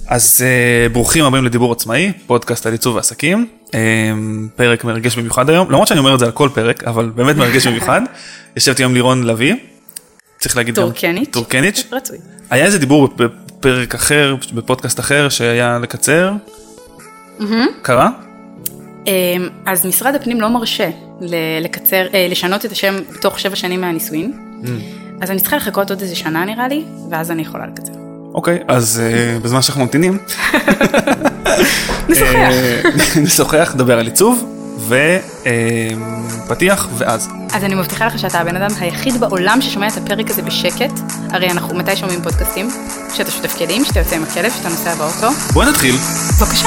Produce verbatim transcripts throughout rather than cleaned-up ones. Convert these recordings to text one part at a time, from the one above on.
אז uh, ברוכים הבאים לדיבור עצמאי, פודקאסט על עיצוב ועסקים, um, פרק מרגש במיוחד היום, למרות שאני אומר את זה על כל פרק, אבל באמת מרגש במיוחד. ישבתי היום לירון לוי, צריך להגיד טורקניץ'. גם טורקניץ'. רצוי. היה איזה דיבור בפרק אחר, בפודקאסט אחר, שהיה לקצר, קרה? אז משרד הפנים לא מרשה לקצר, לשנות את השם בתוך שבע שנים מהנישואין, אז אני צריכה לחכות עוד איזה שנה נראה לי, ואז אני יכולה לקצר. אוקיי, אז בזמן שאנחנו ממתינים, נשוחח. נשוחח, נדבר על עיצוב, ופתיח, ואז. אז אני מבטיחה לך שאתה הבן אדם היחיד בעולם ששומע את הפרק הזה בשקט, הרי אנחנו מתי שומעים פודקאסטים? שאתה שותף כלים, שאתה יוצא עם הכלב, שאתה נוסע באוטו. בואי נתחיל. בבקשה.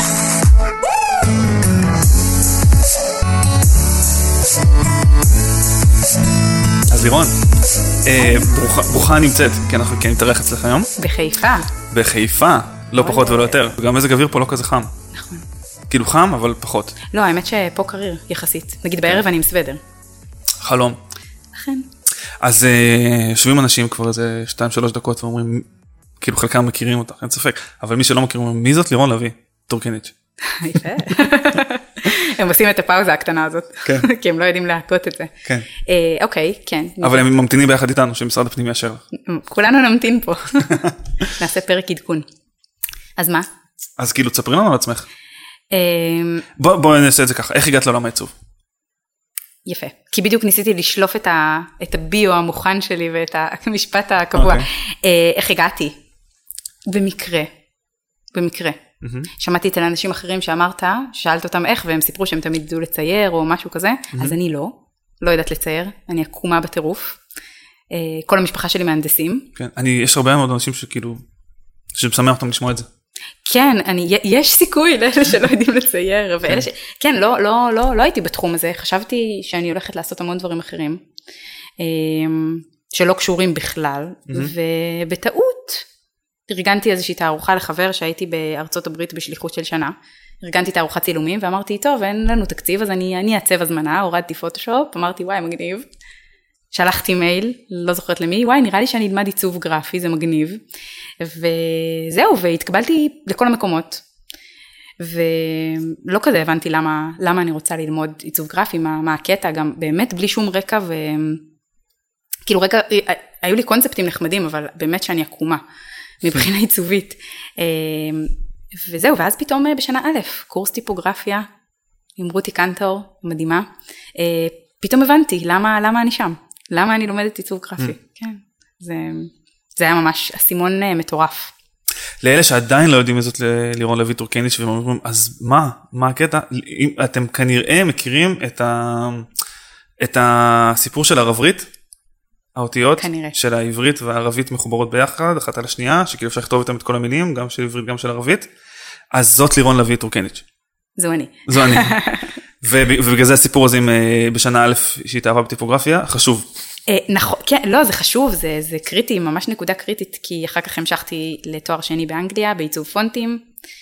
אז לירון, ברוכה נמצאת, כי אנחנו כן נתארח אצלך היום. בחיפה. בחיפה, לא פחות ולא יותר. גם מזג אוויר פה לא כזה חם. נכון. כאילו חם, אבל פחות. לא, האמת שפה קריר, יחסית. נגיד בערב אני עם סוודר. חלום. אכן. אז יושבים אנשים כבר איזה שתיים שלוש דקות ואומרים, כאילו חלקם מכירים אותך, אין ספק, אבל מי שלא מכירים, מי זאת לירון לוי? טורקניץ'. יפה. הם עושים את הפאוזה הקטנה הזאת, כי הם לא יודעים להכות את זה. כן. אוקיי, כן. אבל הם ממתינים ביחד איתנו, שמשרד הפנים יאשר לך. כולנו נמתין פה. נעשה פרק עדכון. אז מה? אז כאילו, תספרי לנו על עצמך. בואי נעשה את זה ככה, איך הגעת לעולם העיצוב? יפה, כי בדיוק ניסיתי לשלוף את, ה, את הביו המוכן שלי ואת המשפט הקבוע. Okay. איך הגעתי? במקרה, במקרה. Mm-hmm. שמעתי אצל אנשים אחרים שאמרת, שאלת אותם איך, והם סיפרו שהם תמיד ידעו לצייר או משהו כזה, mm-hmm. אז אני לא, לא יודעת לצייר, אני עקומה בטירוף. כל המשפחה שלי מהנדסים. כן, אני, יש הרבה מאוד אנשים שכאילו, שמשמח אותם לשמוע את זה. כן, אני, יש סיכוי לאלה שלא יודעים לצייר, ואלה ש... כן, לא, לא, לא, לא הייתי בתחום הזה, חשבתי שאני הולכת לעשות המון דברים אחרים, שלא קשורים בכלל, ובטעות, ארגנתי איזושהי תערוכה לחבר שהייתי בארצות הברית בשליחות של שנה, ארגנתי תערוכת צילומים, ואמרתי, טוב, אין לנו תקציב, אז אני, אני אעצב הזמנה, הורדתי פוטושופ, אמרתי, וואי, מגניב, שלחתי מייל, לא זוכרת למי, וואי, נראה לי שאני אלמד עיצוב גרפי, זה מגניב, וזהו, והתקבלתי לכל המקומות, ולא כזה הבנתי למה, למה אני רוצה ללמוד עיצוב גרפי, מה, מה הקטע, גם באמת בלי שום רקע, וכאילו רקע, היו לי קונספטים נחמדים, אבל באמת שאני עקומה, מבחינה עיצובית, וזהו, ואז פתאום בשנה א', קורס טיפוגרפיה, עם רותי קנטור, מדהימה, פתאום הבנתי למה, למה אני שם, למה אני לומדת עיצוב גרפי, כן, זה... זה היה ממש אסימון מטורף. לאלה שעדיין לא יודעים זאת לירון לוי טורקניץ' ואומרים, אז מה? מה הקטע? אתם כנראה מכירים את, ה... את הסיפור של הערבית, האותיות כנראה. של העברית והערבית מחוברות ביחד, אחת על השנייה, שכאילו אפשר לכתוב איתם את כל המילים, גם של עברית, גם של ערבית. אז זאת לירון לוי טורקניץ'. זו אני. זו אני. ובגלל זה הסיפור הזה עם, בשנה א' שהתאהבה בטיפוגרפיה, חשוב. נכון, כן, לא, זה חשוב, זה, זה קריטי, ממש נקודה קריטית, כי אחר כך המשכתי לתואר שני באנגליה, בעיצוב פונטים,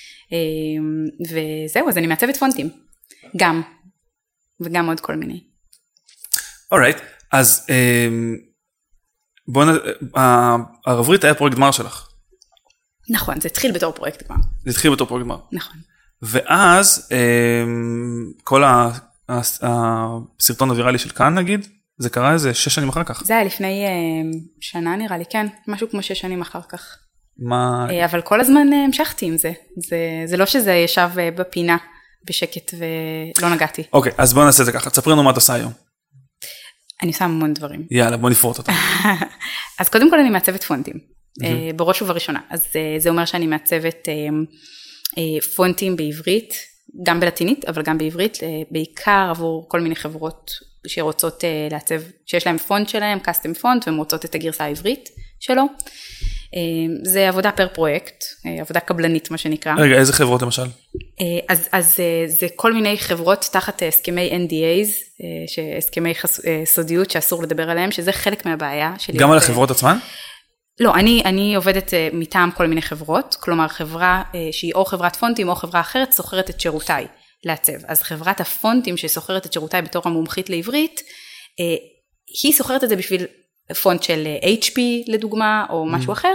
וזהו, אז אני מעצבת פונטים, גם, וגם עוד כל מיני. אורייט, אז בואו, הערבית היה פרויקט גמר שלך. נכון, זה התחיל בתור פרויקט גמר. זה התחיל בתור פרויקט גמר. נכון. ואז כל הסרטון הוויראלי של כאן נגיד, זה קרה איזה שש שנים אחר כך. זה היה לפני uh, שנה נראה לי, כן, משהו כמו שש שנים אחר כך. מה? Uh, אבל כל הזמן uh, המשכתי עם זה. זה, זה לא שזה ישב uh, בפינה בשקט ולא נגעתי. אוקיי, אז בוא נעשה את זה ככה, תספרי לנו מה את עושה היום. אני עושה המון דברים. יאללה, בוא נפרוט אותם. אז קודם כל אני מעצבת פונטים, uh, בראש ובראשונה. אז uh, זה אומר שאני מעצבת uh, uh, פונטים בעברית, גם בלטינית, אבל גם בעברית, uh, בעיקר עבור כל מיני חברות שרוצות uh, לעצב, שיש להם פונט שלהם, קסטם פונט, והן רוצות את הגרסה העברית שלו. Uh, זה עבודה פר פרויקט, uh, עבודה קבלנית מה שנקרא. רגע, איזה חברות למשל? Uh, אז, אז uh, זה כל מיני חברות תחת הסכמי אן די איז, uh, שהסכמי חס, uh, סודיות שאסור לדבר עליהם, שזה חלק מהבעיה. גם על החברות עצמן? לא, אני, אני עובדת uh, מטעם כל מיני חברות, כלומר חברה uh, שהיא או חברת פונטים או חברה אחרת, סוחרת את שירותיי. לעצב. אז חברת הפונטים שסוחרת את שירותיי בתור המומחית לעברית, היא סוחרת את זה בשביל פונט של אייץ' פי לדוגמה, או משהו אחר,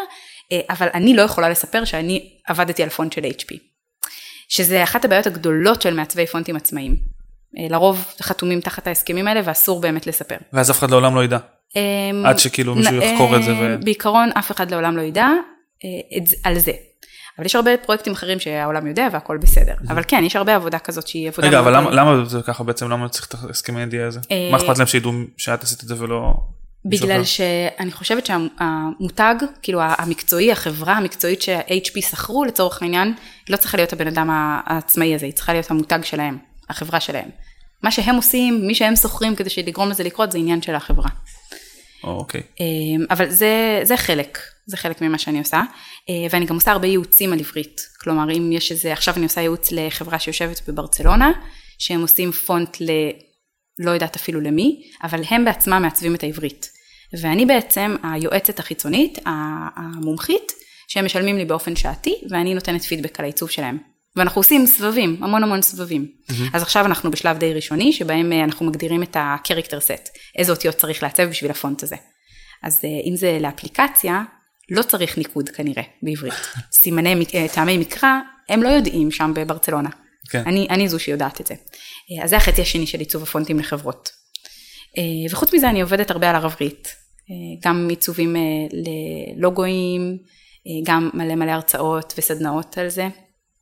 אבל אני לא יכולה לספר שאני עבדתי על פונט של אייץ' פי, שזה אחת הבעיות הגדולות של מעצבי פונטים עצמאיים. לרוב חתומים תחת ההסכמים האלה, ואסור באמת לספר. ואז אף אחד לעולם לא ידע, עד שכאילו מישהו יחקור את זה. בעיקרון אף אחד לעולם לא ידע על זה. אבל יש הרבה פרויקטים אחרים שהעולם יודע והכל בסדר. אבל כן, יש הרבה עבודה כזאת שהיא עבודה... רגע, אבל למה זה ככה בעצם? למה צריך את הסכמי ה-די איי הזה? מה אכפת להם שידעו שאת עשית את זה ולא... בגלל שאני חושבת שהמותג, כאילו המקצועי, החברה המקצועית שה-אייץ' פי שכרו לצורך העניין, לא צריכה להיות הבן אדם העצמאי הזה, היא צריכה להיות המותג שלהם, החברה שלהם. מה שהם עושים, מי שהם שוכרים כדי שלגרום לזה לקרות, זה עניין של החברה. אוקיי. אבל זה, זה חלק, זה חלק ממה שאני עושה, ואני גם עושה הרבה ייעוצים על עברית, כלומר אם יש איזה, עכשיו אני עושה ייעוץ לחברה שיושבת בברצלונה, שהם עושים פונט ל, לא יודעת אפילו למי, אבל הם בעצמם מעצבים את העברית, ואני בעצם היועצת החיצונית, המומחית, שהם משלמים לי באופן שעתי, ואני נותנת פידבק על העיצוב שלהם. ואנחנו עושים סבבים, המון המון סבבים. Mm-hmm. אז עכשיו אנחנו בשלב די ראשוני, שבהם אנחנו מגדירים את ה-character set, איזה אותיות צריך לעצב בשביל הפונט הזה. אז אם זה לאפליקציה, לא צריך ניקוד כנראה בעברית. סימני, טעמי מקרא, הם לא יודעים שם בברצלונה. Okay. אני, אני זו שיודעת את זה. אז זה החצי השני של עיצוב הפונטים לחברות. וחוץ מזה אני עובדת הרבה על ערבית, גם עיצובים ללוגויים, גם מלא מלא הרצאות וסדנאות על זה.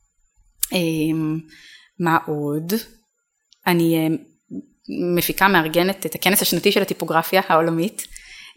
מה עוד? אני מפיקה, מארגנת את הכנס השנתי של הטיפוגרפיה העולמית,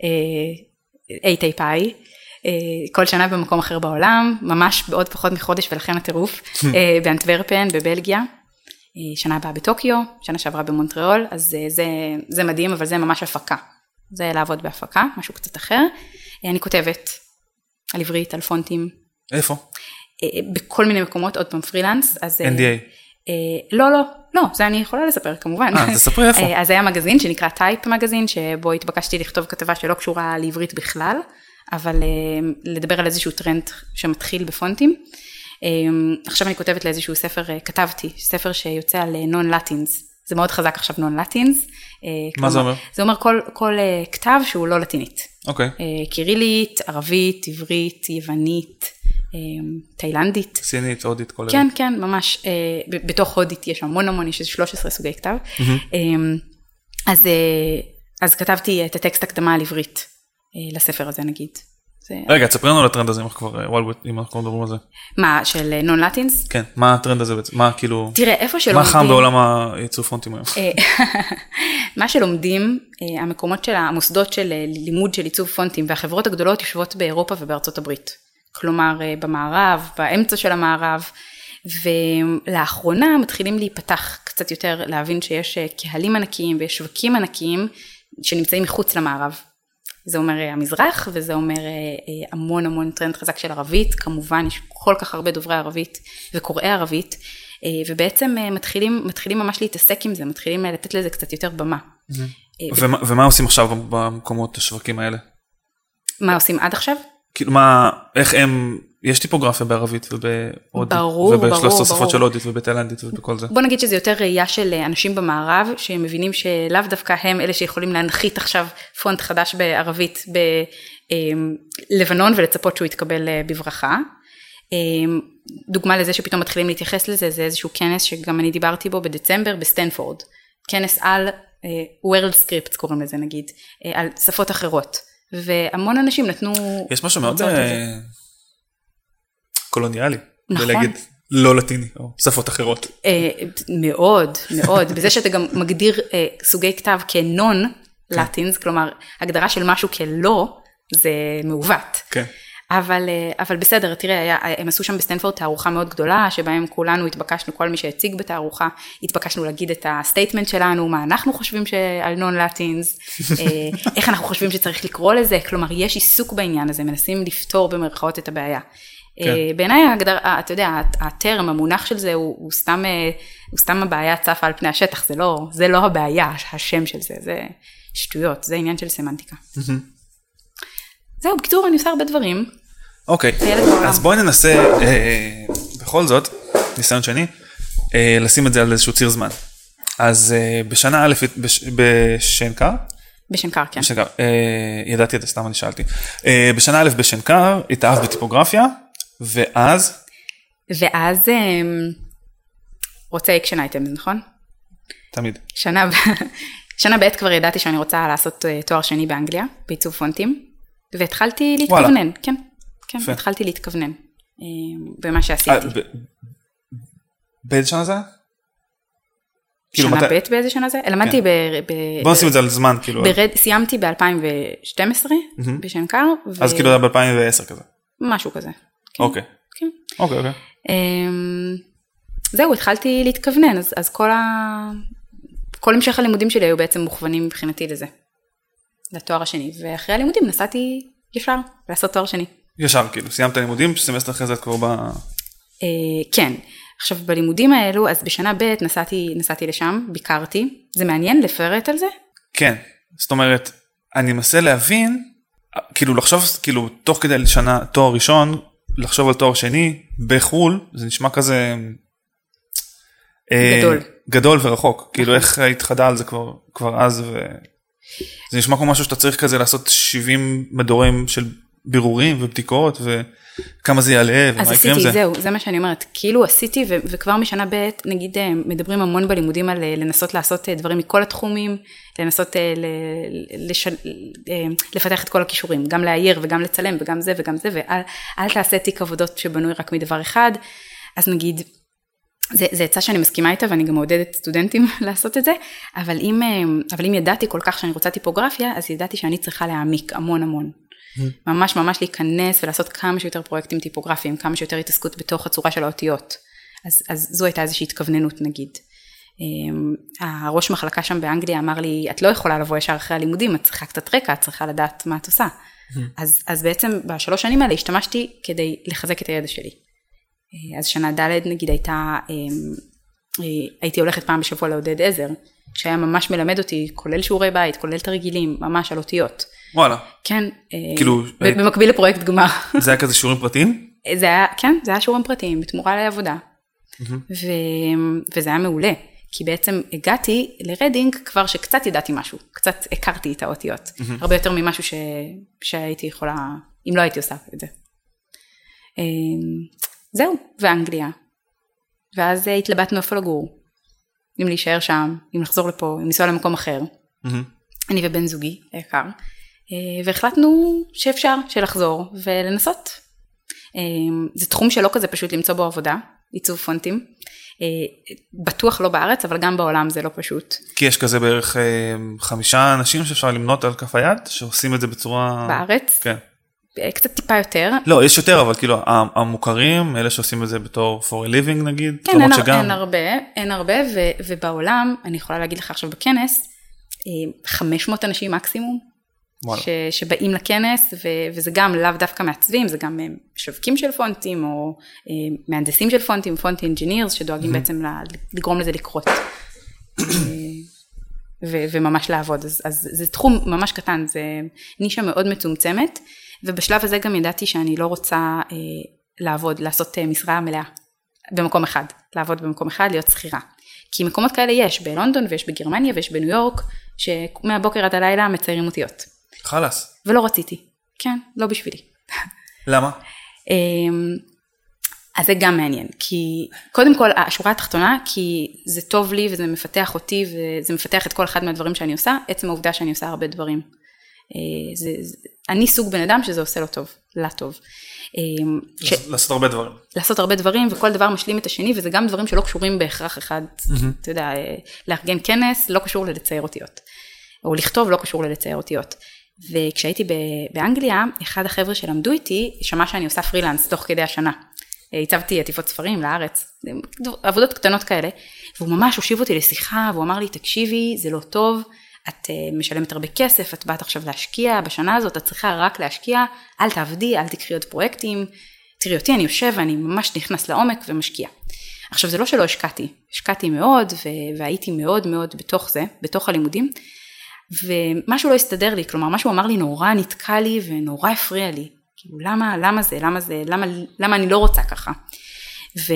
איי טי פאי, כל שנה במקום אחר בעולם, ממש בעוד פחות מחודש ולכן הטירוף, באנטוורפן, בבלגיה, שנה הבאה בטוקיו, שנה שעברה במונטריאול, אז זה, זה מדהים, אבל זה ממש הפקה, זה לעבוד בהפקה, משהו קצת אחר. אני כותבת על עברית, על פונטים. איפה? בכל מיני מקומות, עוד פעם פרילנס. אן די איי. לא, לא, לא, זה אני יכולה לספר כמובן. אה, תספרי איפה. אז היה מגזין שנקרא טייפ מגזין, שבו התבקשתי לכתוב כתבה שלא קשורה לעברית בכלל, אבל לדבר על איזשהו טרנד שמתחיל בפונטים. עכשיו אני כותבת לאיזשהו ספר, כתבתי, ספר שיוצא על נון-לטינס, זה מאוד חזק עכשיו נון-לטינס. מה זה אומר? זה אומר כל, כל כתב שהוא לא לטינית. אוקיי. קירילית, ערבית, עברית, יוונית, תאילנדית. סינית, הודית, כל אלה. כן, כן, ממש. בתוך הודית יש המון המון, יש איזה שלושה עשר סוגי כתב. אז, אז כתבתי את הטקסט הקדמה על עברית לספר הזה נגיד. רגע, תספרי לנו על הטרנד הזה, אם אנחנו כבר מדברים על זה. מה, של נון-לטינס? כן, מה הטרנד הזה בעצם? מה כאילו... תראה, איפה שלומדים... מה חם בעולם העיצוב פונטים היום? מה שלומדים, המקומות של המוסדות של לימוד של עיצוב פונטים, והחברות הגדולות יושבות באירופה ובארצות הברית. כלומר, במערב, באמצע של המערב, ולאחרונה מתחילים להיפתח קצת יותר, להבין שיש קהלים ענקיים ויש שווקים ענקיים שנמצאים מחוץ למערב. זה אומר המזרח, וזה אומר המון המון טרנד חזק של ערבית, כמובן יש כל כך הרבה דוברי ערבית וקוראי ערבית, ובעצם מתחילים, מתחילים ממש להתעסק עם זה, מתחילים לתת לזה קצת יותר במה. ומה, ומה עושים עכשיו במקומות השווקים האלה? מה עושים עד עכשיו? כאילו מה, איך הם, יש טיפוגרפיה בערבית ובהודית, ובשלוש עשרה שפות של הודית ובתאילנדית ובכל זה. בוא נגיד שזה יותר ראייה של אנשים במערב, שהם מבינים שלאו דווקא הם אלה שיכולים להנחית עכשיו פונט חדש בערבית בלבנון, ולצפות שהוא יתקבל בברכה. דוגמה לזה שפתאום מתחילים להתייחס לזה, זה איזשהו כנס שגם אני דיברתי בו בדצמבר בסטנפורד, כנס על World Scripts קוראים לזה נגיד, על שפות אחרות. והמון אנשים נתנו... יש משהו מאוד קולוניאלי, בלהגיד לא לטיני, או שפות אחרות. מאוד, מאוד. בזה שאתה גם מגדיר סוגי כתב כנון לטינס, כלומר, הגדרה של משהו כלא, זה מעוות. כן. אבל, אבל בסדר, תראה, הם עשו שם בסטנפורד תערוכה מאוד גדולה, שבהם כולנו התבקשנו, כל מי שהציג בתערוכה, התבקשנו להגיד את הסטייטמנט שלנו, מה אנחנו חושבים על נון-לטינס, איך אנחנו חושבים שצריך לקרוא לזה, כלומר, יש עיסוק בעניין הזה, מנסים לפתור במרכאות את הבעיה. כן. בעיניי, אתה יודע, הטרם, המונח של זה, הוא, הוא, סתם, הוא סתם הבעיה צפה על פני השטח, זה לא, זה לא הבעיה, השם של זה, זה שטויות, זה עניין של סמנטיקה. זהו, בקיצור, אני עושה הרבה דברים. אוקיי, אז בואי ננסה, בכל זאת, ניסיון שני, לשים את זה על איזשהו ציר זמן. אז בשנה א' בשנקר, בשנקר, כן. בשנקר, אה, ידעתי את זה, סתם אני שאלתי. אה, בשנה א' בשנקר, התאהב בטיפוגרפיה, ואז? ואז אה, רוצה אקשן אייטמס, נכון? תמיד. שנה, שנה ב' כבר ידעתי שאני רוצה לעשות תואר שני באנגליה, בעיצוב פונטים, והתחלתי להתכוונן, כן, כן, יפה. התחלתי להתכוונן, אה, במה שעשיתי. אה, ב... באיזה שנה זה? שנה מתי... ב' באיזה שנה זה? למדתי ב... ב... בוא נשים את זה על זמן, כאילו. ברד... סיימתי ב-אלפיים ושתים עשרה mm-hmm. בשנקר. ו... אז כאילו היה ב-אלפיים ועשר כזה. משהו כזה. כן. אוקיי. כן. אוקיי, אוקיי. Um, זהו, התחלתי להתכוונן, אז, אז כל, ה... כל המשך הלימודים שלי היו בעצם מוכוונים מבחינתי לזה. לתואר השני, ואחרי הלימודים נסעתי ישר לעשות תואר שני. ישר, כאילו, סיימת לימודים, סמסטר אחרי זה את כבר ב... Uh, כן. עכשיו, בלימודים האלו, אז בשנה ב' נסעתי, נסעתי לשם, ביקרתי. זה מעניין לפרט על זה? כן. זאת אומרת, אני מנסה להבין, כאילו לחשוב, כאילו, תוך כדי שנה, תואר ראשון, לחשוב על תואר שני, בחול, זה נשמע כזה... גדול. גדול ורחוק. כאילו, איך התחדה על זה כבר, כבר אז, ו... זה נשמע כמו משהו שאתה צריך כזה לעשות שבעים מדורים של בירורים ובדיקות, ו... כמה זה יעלה, ומה יקרה עם זה? אז עשיתי, זהו, זה מה שאני אומרת, כאילו עשיתי, ו- וכבר משנה ב', נגיד, מדברים המון בלימודים על לנסות לעשות דברים מכל התחומים, לנסות ל- לש- לפתח את כל הכישורים, גם להעיר וגם לצלם וגם זה וגם זה, ואל אל תעשה תיק עבודות שבנוי רק מדבר אחד, אז נגיד, זה, זה יצא שאני מסכימה איתה, ואני גם מעודדת סטודנטים לעשות את זה, אבל אם, אבל אם ידעתי כל כך שאני רוצה טיפוגרפיה, אז ידעתי שאני צריכה להעמיק המון המון. ממש ממש להיכנס ולעשות כמה שיותר פרויקטים טיפוגרפיים, כמה שיותר התעסקות בתוך הצורה של האותיות. אז, אז זו הייתה איזושהי התכווננות נגיד. הראש מחלקה שם באנגליה אמר לי, את לא יכולה לבוא ישר אחרי הלימודים, את צריכה קצת רקע, את צריכה לדעת מה את עושה. אז, אז בעצם בשלוש שנים האלה השתמשתי כדי לחזק את הידע שלי. אז שנה ד' נגיד הייתה, הייתי הולכת פעם בשבוע לעודד עזר, שהיה ממש מלמד אותי, כולל שיעורי בית, כולל תרגילים, ממש על אותיות. וואלה. כן, כאילו, במקביל לפרויקט גמר. זה היה כזה שיעורים פרטיים? זה היה, כן, זה היה שיעורים פרטיים, בתמורה לעבודה. וזה היה מעולה, כי בעצם הגעתי לרדינג כבר שקצת ידעתי משהו, קצת הכרתי את האותיות, הרבה יותר ממשהו שהייתי יכולה, אם לא הייתי עושה את זה. זהו, ואנגליה. ואז התלבטנו איפה לגור. אם להישאר שם, אם לחזור לפה, אם לנסוע למקום אחר. אני ובן זוגי, היקר. והחלטנו שאפשר, שלחזור ולנסות. זה תחום שלא כזה פשוט למצוא בו עבודה, עיצוב פונטים. בטוח לא בארץ, אבל גם בעולם זה לא פשוט. כי יש כזה בערך חמישה אנשים שאפשר למנות על כף היד, שעושים את זה בצורה... בארץ? כן. קצת טיפה יותר. לא, יש יותר, אבל כאילו המוכרים, אלה שעושים את זה בתור for a living נגיד. כן, אין, שגם... אין הרבה, אין הרבה, ו, ובעולם, אני יכולה להגיד לך עכשיו בכנס, חמש מאות אנשים מקסימום, ש, שבאים לכנס, ו, וזה גם לאו דווקא מעצבים, זה גם שווקים של פונטים, או מהנדסים של פונטים, פונט אינג'ינירס, שדואגים בעצם לגרום לזה לקרות. ו, וממש לעבוד, אז, אז זה תחום ממש קטן, זה נישה מאוד מצומצמת, ובשלב הזה גם ידעתי שאני לא רוצה אה, לעבוד, לעשות אה, משרה מלאה במקום אחד, לעבוד במקום אחד, להיות שכירה. כי מקומות כאלה יש בלונדון ויש בגרמניה ויש בניו יורק, שמהבוקר עד הלילה מציירים אותיות. חלס. ולא רציתי. כן, לא בשבילי. למה? אז זה גם מעניין, כי קודם כל השורה התחתונה, כי זה טוב לי וזה מפתח אותי וזה מפתח את כל אחד מהדברים שאני עושה, עצם העובדה שאני עושה הרבה דברים. זה, זה, אני סוג בן אדם שזה עושה לו טוב, לה טוב. ש... לעשות הרבה דברים. לעשות הרבה דברים, וכל דבר משלים את השני, וזה גם דברים שלא קשורים בהכרח אחד, mm-hmm. אתה יודע, לארגן כנס, לא קשור ללצייר אותיות, או לכתוב לא קשור ללצייר אותיות. וכשהייתי באנגליה, אחד החבר'ה שלמדו איתי, שמע שאני עושה פרילנס תוך כדי השנה. הצבתי עטיפות ספרים לארץ, עבודות קטנות כאלה, והוא ממש הושיב אותי לשיחה, והוא אמר לי, תקשיבי, זה לא טוב, את משלמת הרבה כסף, את באת עכשיו להשקיע, בשנה הזאת את צריכה רק להשקיע, אל תעבדי, אל תקחי עוד פרויקטים, תראי אותי, אני יושב ואני ממש נכנס לעומק ומשקיע. עכשיו זה לא שלא השקעתי, השקעתי מאוד והייתי מאוד מאוד בתוך זה, בתוך הלימודים, ומשהו לא הסתדר לי, כלומר משהו אמר לי נורא נתקע לי ונורא הפריע לי, כאילו למה, למה זה, למה זה, למה, למה אני לא רוצה ככה. ו...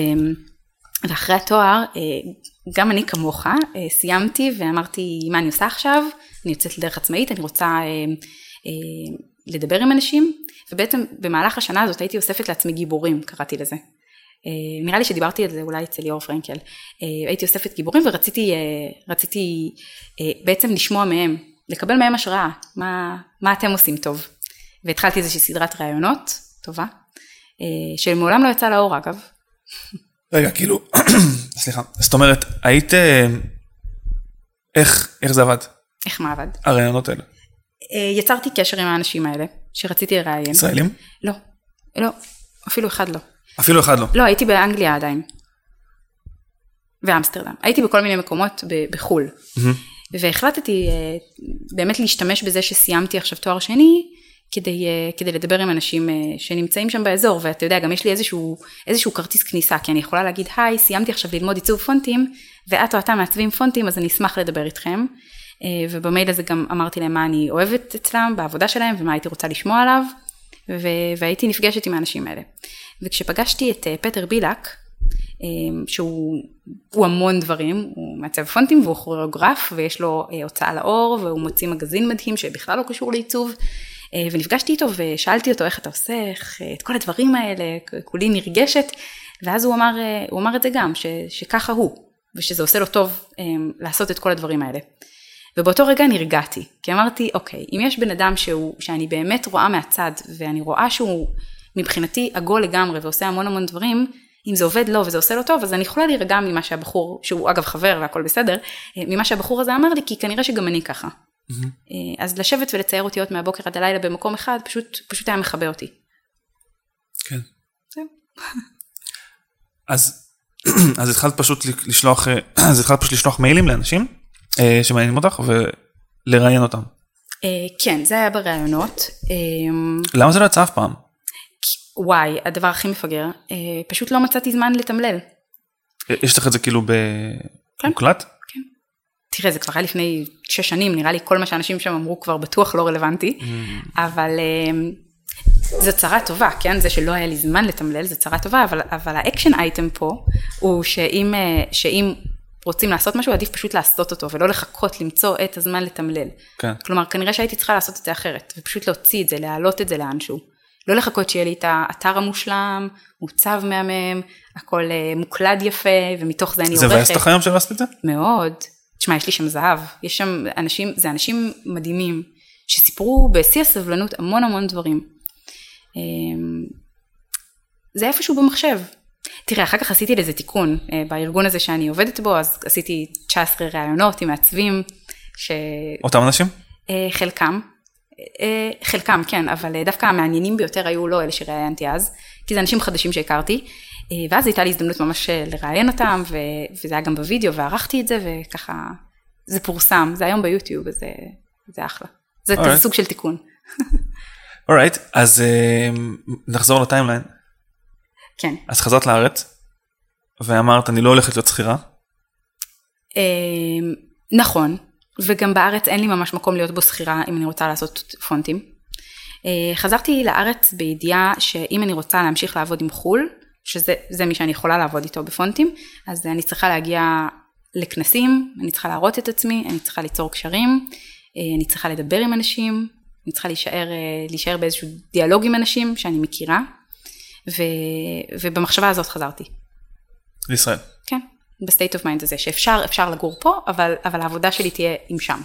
ואחרי התואר, גם אני כמוך, סיימתי ואמרתי מה אני עושה עכשיו, אני יוצאת לדרך עצמאית, אני רוצה אה, אה, לדבר עם אנשים, ובעצם במהלך השנה הזאת הייתי אוספת לעצמי גיבורים, קראתי לזה. אה, נראה לי שדיברתי על זה אולי אצל ליאור פרנקל. אה, הייתי אוספת גיבורים ורציתי אה, רציתי, אה, בעצם לשמוע מהם, לקבל מהם השראה, מה, מה אתם עושים טוב. והתחלתי איזושהי סדרת רעיונות, טובה, אה, שמעולם לא יצא לאור אגב. רגע, כאילו, סליחה, זאת אומרת, היית, איך, איך זה עבד? איך מה עבד? הרעיונות האלה. יצרתי קשר עם האנשים האלה, שרציתי לראיין. ישראלים? לא, לא, אפילו אחד לא. אפילו אחד לא? לא, הייתי באנגליה עדיין. ואמסטרדם. הייתי בכל מיני מקומות בחול. והחלטתי באמת להשתמש בזה שסיימתי עכשיו תואר שני, כדי, כדי לדבר עם אנשים שנמצאים שם באזור, ואתה יודע, גם יש לי איזשהו, איזשהו כרטיס כניסה, כי אני יכולה להגיד, היי, סיימתי עכשיו ללמוד עיצוב פונטים, ואת או אתה מעצבים פונטים, אז אני אשמח לדבר איתכם, ובמייל הזה גם אמרתי להם מה אני אוהבת אצלם, בעבודה שלהם, ומה הייתי רוצה לשמוע עליו, והייתי נפגשת עם האנשים האלה. וכשפגשתי את פטר בילק, שהוא המון דברים, הוא מעצב פונטים והוא כוריאוגרף, ויש לו הוצאה לאור, והוא מוציא מגזין מדהים שבכלל לא קשור לעיצוב, ונפגשתי איתו ושאלתי אותו איך אתה עושה, איך, את כל הדברים האלה, כולי נרגשת, ואז הוא אמר, הוא אמר את זה גם, ש, שככה הוא, ושזה עושה לו טוב לעשות את כל הדברים האלה. ובאותו רגע נרגעתי, כי אמרתי, אוקיי, אם יש בן אדם שהוא, שאני באמת רואה מהצד, ואני רואה שהוא מבחינתי עגול לגמרי, ועושה המון המון דברים, אם זה עובד לו וזה עושה לו טוב, אז אני יכולה להירגע ממה שהבחור, שהוא אגב חבר והכל בסדר, ממה שהבחור הזה אמר לי, כי כנראה שגם אני ככה. אז לשבת ולצייר אותיות מהבוקר עד הלילה במקום אחד, פשוט, פשוט היה מחבא אותי. כן. זהו. אז, אז התחלת פשוט לשלוח, אז התחלת פשוט לשלוח מיילים לאנשים, שמעניינים אותך, ולראיין אותם. כן, זה היה ברעיונות. למה זה לא יצא אף פעם? וואי, הדבר הכי מפגר, פשוט לא מצאתי זמן לתמלל. יש לך את זה כאילו במוקלט? כן. תראה, זה כבר היה לפני שש שנים, נראה לי כל מה שאנשים שם אמרו כבר בטוח לא רלוונטי, אבל זו צרה טובה, כן? זה שלא היה לי זמן לתמלל, זו צרה טובה, אבל, אבל האקשן אייטם פה, הוא שאם, שאם רוצים לעשות משהו, עדיף פשוט לעשות אותו, ולא לחכות, למצוא את הזמן לתמלל. כן. כלומר, כנראה שהייתי צריכה לעשות את זה אחרת, ופשוט להוציא את זה, להעלות את זה לאנשהו. לא לחכות שיהיה לי את האתר המושלם, מוצב מהמם, הכל מוקלד יפה, ומתוך זה אני עורכת. זה מבאס אותך היום שעשת את זה? מאוד. תשמע, יש לי שם זהב. יש שם אנשים, זה אנשים מדהימים, שסיפרו בשיא הסבלנות המון המון דברים. זה איפשהו במחשב. תראה, אחר כך עשיתי לזה תיקון. בארגון הזה שאני עובדת בו, אז עשיתי תשע עשרה רעיונות עם מעצבים. ש... אותם אנשים? חלקם. חלקם, כן, אבל דווקא המעניינים ביותר היו לא אלה שראיינתי אז, כי זה אנשים חדשים שהכרתי, ואז הייתה לי הזדמנות ממש לראיין אותם, וזה היה גם בווידאו, וערכתי את זה, וככה, זה פורסם, זה היום ביוטיוב, וזה זה אחלה. זה right. סוג של תיקון. אורייט, right. אז uh, נחזור לטיימליין. כן. אז חזרת לארץ, ואמרת, אני לא הולכת להיות שכירה? נכון. וגם בארץ אין לי ממש מקום להיות בו שכירה אם אני רוצה לעשות פונטים. חזרתי לארץ בידיעה שאם אני רוצה להמשיך לעבוד עם חול, שזה מי שאני יכולה לעבוד איתו בפונטים, אז אני צריכה להגיע לכנסים, אני צריכה להראות את עצמי, אני צריכה ליצור קשרים, אני צריכה לדבר עם אנשים, אני צריכה להישאר, להישאר באיזשהו דיאלוג עם אנשים שאני מכירה, ו, ובמחשבה הזאת חזרתי. לישראל. כן. בסטייט אוף מיינד הזה, שאפשר, אפשר לגור פה, אבל, אבל העבודה שלי תהיה עם שם.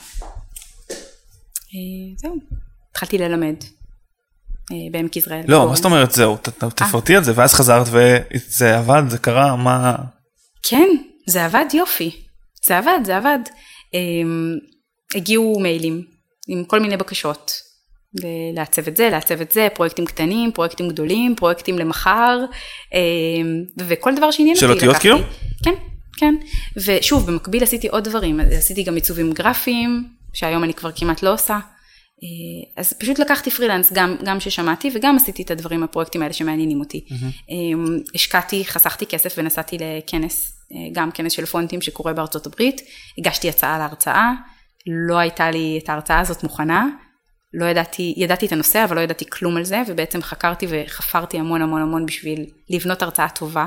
זהו. התחלתי ללמד בעמק יזרעאל. לא, מה זאת אומרת זהו? תפרטי על זה, ואז חזרת וזה עבד, זה קרה, מה... כן, זה עבד יופי. זה עבד, זה עבד. הגיעו מיילים עם כל מיני בקשות. לעצב את זה, לעצב את זה, פרויקטים קטנים, פרויקטים גדולים, פרויקטים למחר, וכל דבר שעניין אותי. של אותיות כאילו? כן. כן, ושוב, במקביל עשיתי עוד דברים, עשיתי גם עיצובים גרפיים, שהיום אני כבר כמעט לא עושה, אז פשוט לקחתי פרילנס, גם, גם ששמעתי, וגם עשיתי את הדברים, הפרויקטים האלה שמעניינים אותי. Mm-hmm. השקעתי, חסכתי כסף ונסעתי לכנס, גם כנס של פונטים שקורה בארצות הברית, הגשתי הצעה להרצאה, לא הייתה לי את ההרצאה הזאת מוכנה, לא ידעתי, ידעתי את הנושא, אבל לא ידעתי כלום על זה, ובעצם חקרתי וחפרתי המון המון המון בשביל לבנות הרצאה טובה,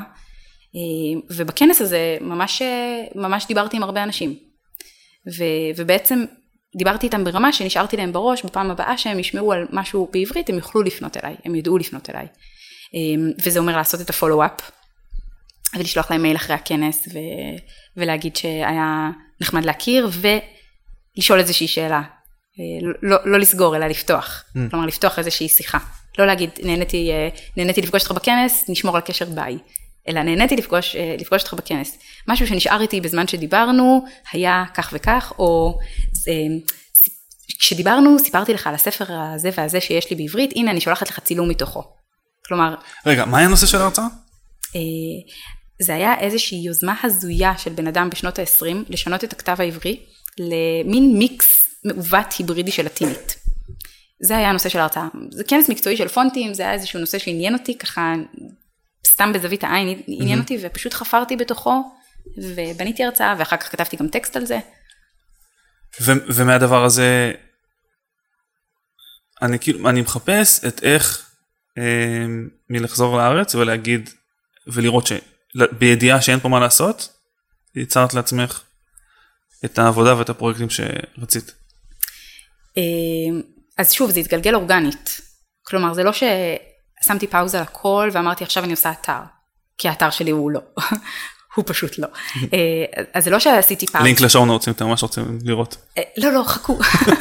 ובכנס הזה ממש, ממש דיברתי עם הרבה אנשים, ו, ובעצם דיברתי איתם ברמה שנשארתי להם בראש, בפעם הבאה שהם ישמעו על משהו בעברית, הם יוכלו לפנות אליי, הם ידעו לפנות אליי. וזה אומר לעשות את הפולו-אפ, ולשלוח להם מייל אחרי הכנס, ו... ולהגיד שהיה נחמד להכיר, ולשאול איזושהי שאלה. לא, לא לסגור, אלא לפתוח. Mm. כלומר, לפתוח איזושהי שיחה. לא להגיד, נהניתי, נהניתי לפגוש אותך בכנס, נשמור על קשר ביי. אלא נהניתי לפגוש, לפגוש אותך בכנס. משהו שנשאר איתי בזמן שדיברנו, היה כך וכך, או כשדיברנו, סיפרתי לך על הספר הזה והזה שיש לי בעברית, הנה אני שולחת לך צילום מתוכו. כלומר... רגע, מה היה הנושא של ההרצאה? זה היה איזושהי יוזמה הזויה של בן אדם בשנות ה-עשרים, לשנות את הכתב העברי, למין מיקס מעוות היברידי של לטינית. זה היה הנושא של ההרצאה. זה כנס מקצועי של פונטים, זה היה איזשהו נושא שעניין אותי, ככה סתם בזווית העין עניין אותי, ופשוט חפרתי בתוכו, ובניתי הרצאה, ואחר כך כתבתי גם טקסט על זה. ו- ומהדבר הזה, אני כאילו, אני מחפש את איך אה, מלחזור לארץ ולהגיד, ולראות שבידיעה שאין פה מה לעשות, יצרת לעצמך את העבודה ואת הפרויקטים שרצית. אז שוב, זה התגלגל אורגנית. כלומר, זה לא ששמתי פאוזה על הכל ואמרתי, עכשיו אני עושה אתר. כי האתר שלי הוא לא. הוא פשוט לא. אז זה לא שעשיתי פאוזה. לינק לשואו נוטס, אם אתם ממש רוצים לראות. לא, לא, חכו.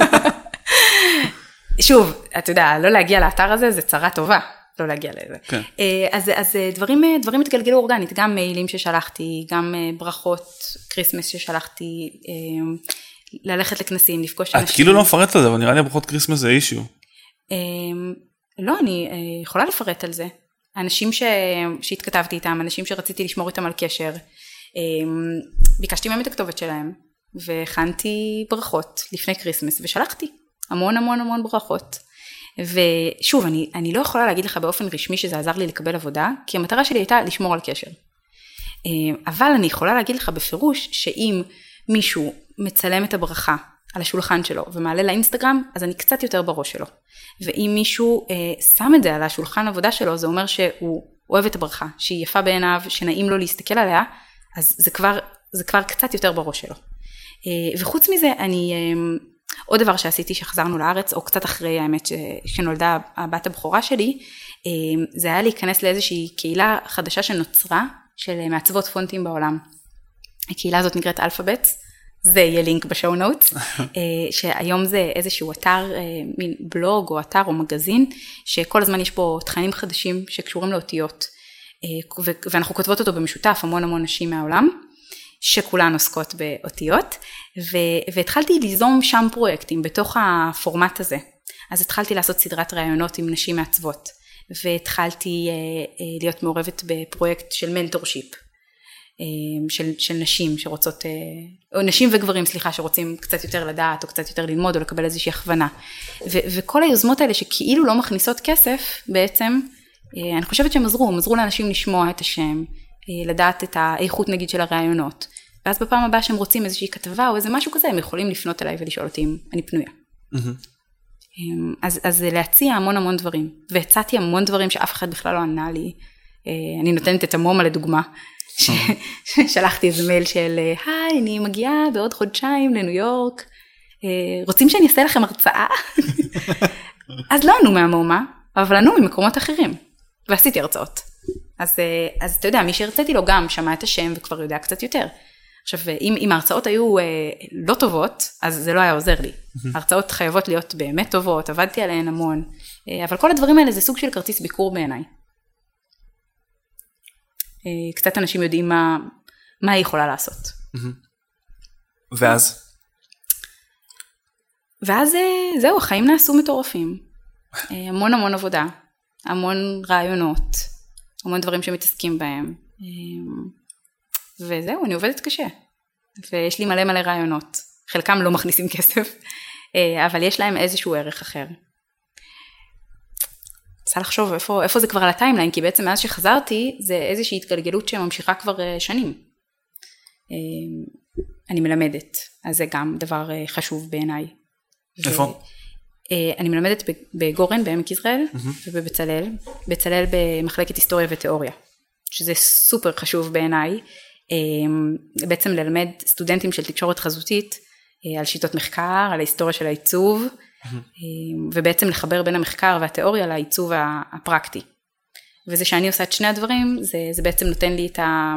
שוב, אתה יודע, לא להגיע לאתר הזה, זה צרה טובה. לא להגיע לזה. כן. אז, אז דברים, דברים התגלגלו אורגנית, גם מיילים ששלחתי, גם ברכות קריסמס ששלחתי, ללכת לכנסים, לפגוש אנשים. את כאילו לא מפרט על זה, אבל נראה לי הברכות קריסמס זה אישיו. לא, אני יכולה לפרט על זה. אנשים ש... שהתכתבתי איתם, אנשים שרציתי לשמור איתם על קשר, ביקשתי מהם את הכתובת שלהם, והכנתי ברכות לפני קריסמס, ושלחתי המון המון המון ברכות. ושוב, אני, אני לא יכולה להגיד לך באופן רשמי שזה עזר לי לקבל עבודה, כי המטרה שלי הייתה לשמור על קשר. אבל אני יכולה להגיד לך בפירוש, שאם מישהו מצלם את הברכה על השולחן שלו, ומעלה לאינסטגרם, אז אני קצת יותר בראש שלו. ואם מישהו אה, שם את זה על השולחן העבודה שלו, זה אומר שהוא אוהב את הברכה, שהיא יפה בעיניו, שנעים לו להסתכל עליה, אז זה כבר, זה כבר קצת יותר בראש שלו. אה, וחוץ מזה, אני... אה, עוד דבר שעשיתי שחזרנו לארץ, או קצת אחרי האמת שנולדה הבת הבכורה שלי, זה היה להיכנס לאיזושהי קהילה חדשה שנוצרה, של מעצבות פונטים בעולם. הקהילה הזאת נקראת אלפאבטס, זה יהיה לינק בשואו נוטס, שהיום זה איזשהו אתר, מין בלוג או אתר או מגזין, שכל הזמן יש פה תכנים חדשים שקשורים לאותיות, ואנחנו כותבות אותו במשותף, המון המון נשים מהעולם, שכולן עוסקות באותיות, ו- והתחלתי ליזום שם פרויקטים בתוך הפורמט הזה. אז התחלתי לעשות סדרת רעיונות עם נשים מעצבות, והתחלתי אה, אה, להיות מעורבת בפרויקט של מנטורשיפ, אה, של, של נשים שרוצות, אה, או נשים וגברים, סליחה, שרוצים קצת יותר לדעת, או קצת יותר ללמוד, או לקבל איזושהי הכוונה. ו- וכל היוזמות האלה שכאילו לא מכניסות כסף, בעצם, אה, אני חושבת שהם עזרו, הם עזרו לאנשים לשמוע את השם, לדעת את האיכות נגיד של הרעיונות, ואז בפעם הבאה שהם רוצים איזושהי כתבה או איזה משהו כזה, הם יכולים לפנות אליי ולשאול אותי אם אני פנויה. אז, אז להציע המון המון דברים, והצעתי המון דברים שאף אחד בכלל לא ענה לי. אני נותנת את המומה לדוגמה, ששלחתי איזה מייל של, היי, אני מגיעה בעוד חודשיים לניו יורק, רוצים שאני אעשה לכם הרצאה? אז לא ענו מהמומה, אבל ענו ממקומות אחרים, ועשיתי הרצאות. אז, אז אתה יודע, מי שהרציתי לו גם שמע את השם וכבר יודע קצת יותר. עכשיו, אם, אם ההרצאות היו אה, לא טובות, אז זה לא היה עוזר לי. ההרצאות חייבות להיות באמת טובות, עבדתי עליהן המון, אה, אבל כל הדברים האלה זה סוג של כרטיס ביקור בעיניי. אה, קצת אנשים יודעים מה, מה היא יכולה לעשות. ואז? ואז אה, זהו, החיים נעשו מטורפים. אה, המון המון עבודה, המון רעיונות, המון דברים שמתעסקים בהם. וזהו, אני עובדת קשה. ויש לי מלא מלא רעיונות. חלקם לא מכניסים כסף, אבל יש להם איזשהו ערך אחר. צריך לחשוב איפה, איפה זה כבר על הטיימליין, כי בעצם מאז שחזרתי, זה איזושהי התגלגלות שממשיכה כבר שנים. אני מלמדת, אז זה גם דבר חשוב בעיניי. איפה? ו... אני מלמדת בגורן, בעמק יזרעאל, ובבצלאל, בצלאל במחלקת היסטוריה ותיאוריה, שזה סופר חשוב בעיניי, בעצם ללמד סטודנטים של תקשורת חזותית, על שיטות מחקר, על ההיסטוריה של העיצוב, ובעצם לחבר בין המחקר והתיאוריה לעיצוב הפרקטי. וזה שאני עושה את שני הדברים, זה, זה בעצם נותן לי את, ה,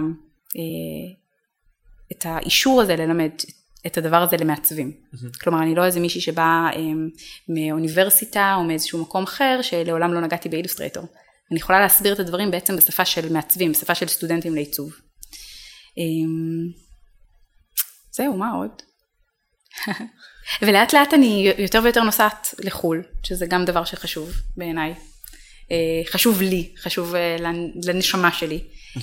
את האישור הזה ללמד את הדבר הזה למעצבים. כלומר, אני לא איזה מישהי שבאה מאוניברסיטה או מאיזשהו מקום אחר, שלעולם לא נגעתי באילוסטרייטור. אני יכולה להסביר את הדברים בעצם בשפה של מעצבים, בשפה של סטודנטים לעיצוב. זהו, מה עוד? ולאט לאט אני יותר ויותר נוסעת לחול, שזה גם דבר שחשוב בעיניי. חשוב לי, חשוב לנשמה שלי.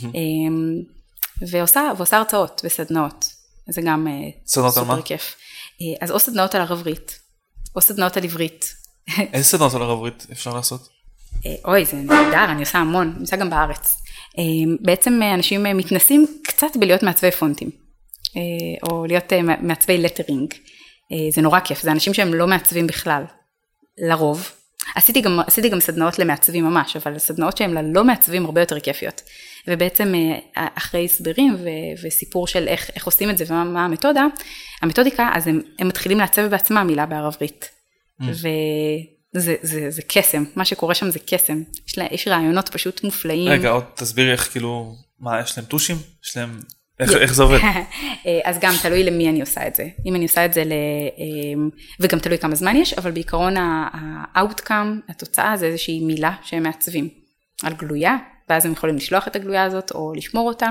ועושה, ועושה הרצאות וסדנאות. זה גם סופר כיף. אז או סדנאות על ערבית, או סדנאות על עברית. איזה סדנאות על ערבית אפשר לעשות? אוי, זה נהדר, אני עושה המון, נמצא גם בארץ. בעצם אנשים מתנסים קצת בלהיות מעצבי פונטים, או להיות מעצבי לטרינג. זה נורא כיף, זה אנשים שהם לא מעצבים בכלל, לרוב. עשיתי גם, עשיתי גם סדנאות למעצבים ממש, אבל סדנאות שהם לא מעצבים הרבה יותר כיפיות. ובעצם אחרי הסברים ו- וסיפור של איך, איך עושים את זה ומה המתודה, המתודיקה, אז הם, הם מתחילים לעצב בעצמם מילה בערבית. Mm. וזה זה, זה קסם, מה שקורה שם זה קסם. יש, לה, יש רעיונות פשוט מופלאים. רגע, עוד תסבירי איך כאילו, מה, יש להם טושים? יש להם... איך, איך זה עובד? אז גם תלוי למי אני עושה את זה. אם אני עושה את זה, ל... וגם תלוי כמה זמן יש, אבל בעיקרון ה-outcome, התוצאה זה איזושהי מילה שהם מעצבים על גלויה, ואז הם יכולים לשלוח את הגלויה הזאת או לשמור אותה,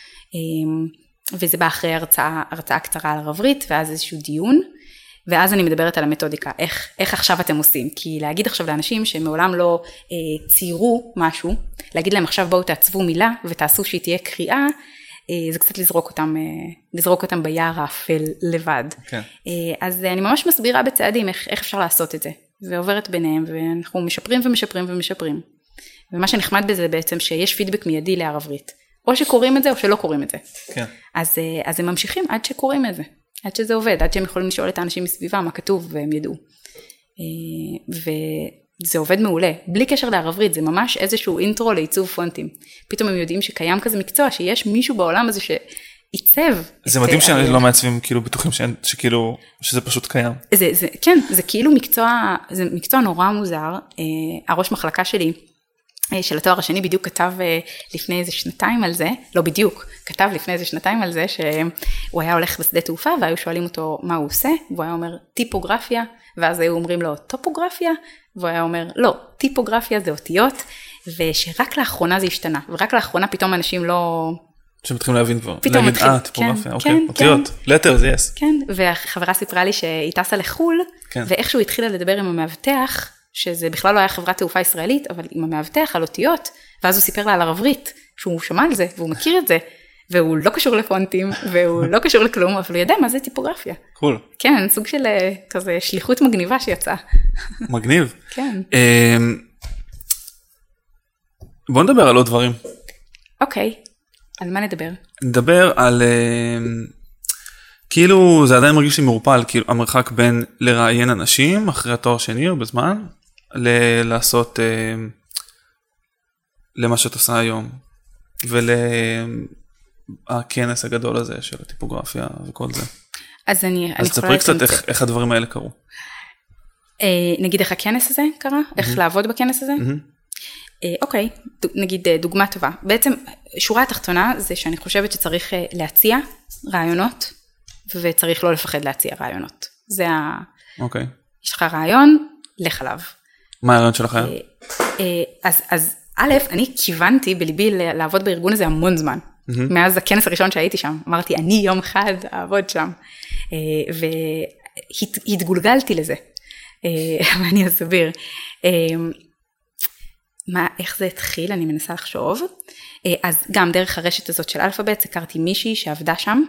וזה בא אחרי הרצאה, הרצאה קצרה על ערבית, ואז איזשהו דיון, ואז אני מדברת על המתודיקה, איך, איך עכשיו אתם עושים, כי להגיד עכשיו לאנשים שמעולם לא אה, ציירו משהו, להגיד להם עכשיו בואו תעצבו מילה, ותעשו שהיא תהיה קריאה, זה קצת לזרוק אותם, לזרוק אותם ביער האפל לבד. Okay. אז אני ממש מסבירה בצעדים איך, איך אפשר לעשות את זה, ועוברת ביניהם, ואנחנו משפרים ומשפרים ומשפרים. ומה שנחמד בזה בעצם שיש פידבק מיידי לערבית, או שקוראים את זה או שלא קוראים את זה. Okay. אז, אז הם ממשיכים עד שקוראים את זה, עד שזה עובד, עד שהם יכולים לשאול את האנשים מסביבם מה כתוב והם ידעו. ו... זה עובד מעולה, בלי קשר לערבית, זה ממש איזשהו אינטרו לעיצוב פונטים. פתאום הם יודעים שקיים כזה מקצוע, שיש מישהו בעולם הזה שעיצב. זה מדהים שאני לא מעצבים כאילו בטוחים שכאילו, שזה פשוט קיים. זה, זה, כן, זה כאילו מקצוע, זה מקצוע נורא מוזר. הראש מחלקה שלי, של התואר השני, בדיוק כתב לפני איזה שנתיים על זה, לא בדיוק, כתב לפני איזה שנתיים על זה, שהוא היה הולך בשדה תעופה, והיו שואלים אותו מה הוא עושה, והוא היה אומר טיפוגרפיה, ואז היו אומרים לו טופוגרפיה, והוא היה אומר, לא, טיפוגרפיה זה אותיות, ושרק לאחרונה זה השתנה, ורק לאחרונה פתאום אנשים לא... שמתחילים להבין כבר, פתאום להגיד, אה, טיפוגרפיה, אוקיי, אותיות, לטר זה יס. כן, והחברה סיפרה לי שהיא טסה לחול, ואיכשהו התחילה לדבר עם המאבטח, שזה בכלל לא היה חברת תעופה ישראלית, אבל עם המאבטח על אותיות, ואז הוא סיפר לה על ערבית, שהוא שמע על זה, והוא מכיר את זה, והוא לא קשור לפונטים, והוא לא קשור לכלום, אבל הוא יודע מה זה טיפוגרפיה. קול. כן, סוג של כזה שליחות מגניבה שיצאה. מגניב. כן. בוא נדבר על עוד דברים. אוקיי, על מה נדבר? נדבר על, כאילו זה עדיין מרגיש לי מעורפל, כאילו המרחק בין לראיין אנשים אחרי התואר שני או בזמן, לעשות למה שאת עושה היום, ול... הכנס הגדול הזה של הטיפוגרפיה וכל זה. אז אני... אז תספרי קצת איך, איך הדברים האלה קרו. אה, נגיד איך הכנס הזה קרה? Mm-hmm. איך לעבוד בכנס הזה? Mm-hmm. אה, אוקיי, ד, נגיד דוגמה טובה. בעצם שורה התחתונה זה שאני חושבת שצריך להציע רעיונות, וצריך לא לפחד להציע רעיונות. זה ה... אוקיי. יש לך רעיון, לך עליו. מה הרעיון שלך היה? אה, אה, אז, אז א', אני כיוונתי בליבי לעבוד בארגון הזה המון זמן. מאז הכנס הראשון שהייתי שם, אמרתי, אני יום אחד אעבוד שם, והתגולגלתי לזה, ואני אסביר. מה, איך זה התחיל? אני מנסה לחשוב. אז גם דרך הרשת הזאת של אלפאבית, הכרתי מישהי שעבדה שם,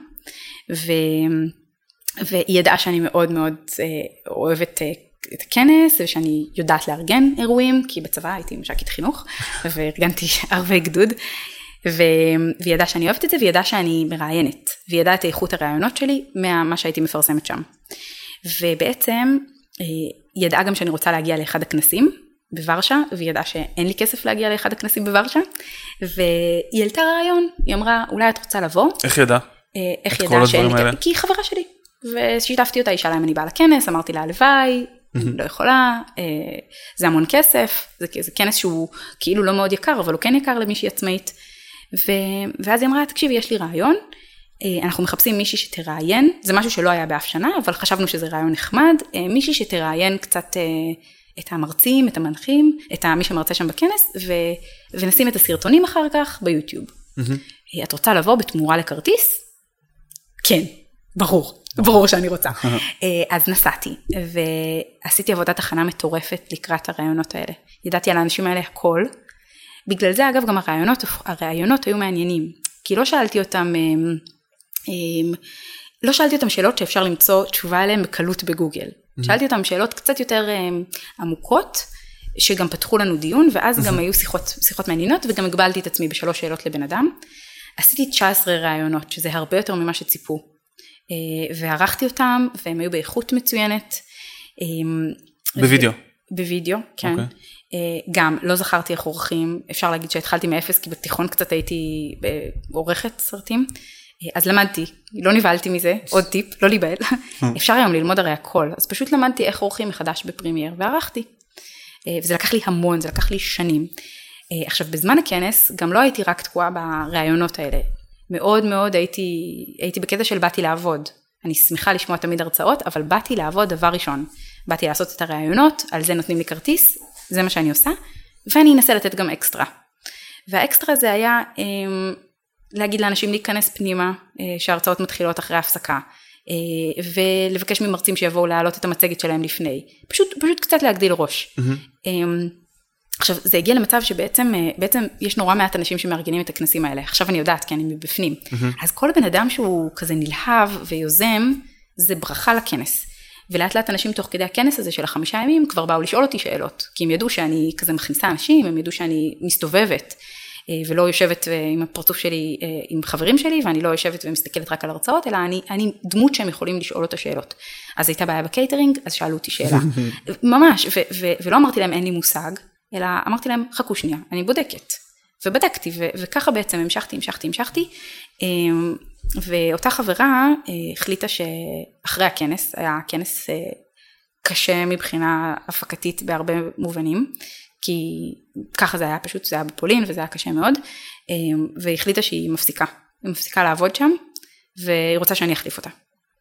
והיא ידעה שאני מאוד מאוד אוהבת את הכנס, ושאני יודעת לארגן אירועים, כי בצבא הייתי מש"קית חינוך, וארגנתי ערבי גדוד, והיא ידעה שאני אוהבת את זה, והיא ידעה שאני מראיינת, והיא ידעה את איכות הרעיונות שלי, ממה שהייתי מפרסמת שם. ובעצם, היא ידעה גם שאני רוצה להגיע לאחד הכנסים, בוורשה, והיא ידעה שאין לי כסף להגיע לאחד הכנסים בוורשה, והיא העלתה רעיון, היא אמרה, אולי את רוצה לבוא? איך ידעה? איך ידעה שאין לי כסף? כי היא חברה שלי. ושיתפתי אותה, היא שאלה אם אני באה לכנס, אמרתי לה הלוואי, לא יכולה, זה המון כסף, זה, זה כנס שהוא כאילו לא מאוד יקר, אבל הוא כן יקר למישהי עצמאית, ו, ואז היא אמרה, תקשיבי, יש לי רעיון, אנחנו מחפשים מישהי שתראיין, זה משהו שלא היה באף שנה, אבל חשבנו שזה רעיון נחמד, מישהי שתראיין קצת את המרצים, את המנחים, את מי שמרצה שם בכנס, ו, ונשים את הסרטונים אחר כך ביוטיוב. את רוצה לבוא בתמורה לכרטיס? כן, ברור. ברור שאני רוצה. אז נסעתי, ועשיתי עבודת הכנה מטורפת לקראת הרעיונות האלה. ידעתי על האנשים האלה הכל. בגלל זה, אגב, גם הרעיונות, הרעיונות היו מעניינים. כי לא שאלתי אותם, לא שאלתי אותם שאלות שאפשר למצוא תשובה עליהן בקלות בגוגל. שאלתי אותם שאלות קצת יותר עמוקות, שגם פתחו לנו דיון, ואז גם היו שיחות, שיחות מעניינות, וגם הגבלתי את עצמי בשלוש שאלות לבן אדם. עשיתי תשע עשרה רעיונות, שזה הרבה יותר ממה שציפו. וערכתי אותם, והם היו באיכות מצוינת. בווידאו. בווידאו, כן. גם לא זכרתי איך עורכים, אפשר להגיד שהתחלתי מאפס, כי בתיכון קצת הייתי עורכת סרטים, אז למדתי, לא נבהלתי מזה, עוד טיפ, לא להיבהל. אפשר היום ללמוד הרי הכל, אז פשוט למדתי איך עורכים מחדש בפרימייר, וערכתי. וזה לקח לי המון, זה לקח לי שנים. עכשיו, בזמן הכנס, גם לא הייתי רק תקועה ברעיונות האלה. מאוד מאוד הייתי, הייתי בקטע של באתי לעבוד. אני שמחה לשמוע תמיד הרצאות, אבל באתי לעבוד דבר ראשון. באתי לעשות את הרעיונות, על זה נותנים לי כרטיס, זה מה שאני עושה, ואני אנסה לתת גם אקסטרה. והאקסטרה זה היה אה, להגיד לאנשים להיכנס פנימה, אה, שההרצאות מתחילות אחרי ההפסקה, אה, ולבקש ממרצים שיבואו להעלות את המצגת שלהם לפני. פשוט, פשוט קצת להגדיל ראש. Mm-hmm. אה, עכשיו, זה הגיע למצב שבעצם בעצם יש נורא מעט אנשים שמארגנים את הכנסים האלה. עכשיו אני יודעת, כי אני מבפנים. Mm-hmm. אז כל בן אדם שהוא כזה נלהב ויוזם, זה ברכה לכנס. ולאט לאט אנשים תוך כדי הכנס הזה של החמישה ימים, כבר באו לשאול אותי שאלות. כי הם ידעו שאני כזה מכניסה אנשים, הם ידעו שאני מסתובבת, ולא יושבת עם הפרצוף שלי, עם חברים שלי, ואני לא יושבת ומסתכלת רק על הרצאות, אלא אני, אני דמות שהם יכולים לשאול אותה שאלות. אז הייתה בעיה בקייטרינג, אז שאלו אותי שאלה. ממש, ו- ו- ולא אמרתי להם אין לי מושג, אלא אמרתי להם, חכו שנייה, אני בודקת. ובדקתי, ו- וככה בעצם המשכתי, המשכתי, המשכתי. ואותה חברה החליטה שאחרי הכנס, היה כנס קשה מבחינה הפקתית בהרבה מובנים, כי ככה זה היה פשוט, זה היה בפולין וזה היה קשה מאוד, והחליטה שהיא מפסיקה, היא מפסיקה לעבוד שם, והיא רוצה שאני אחליף אותה.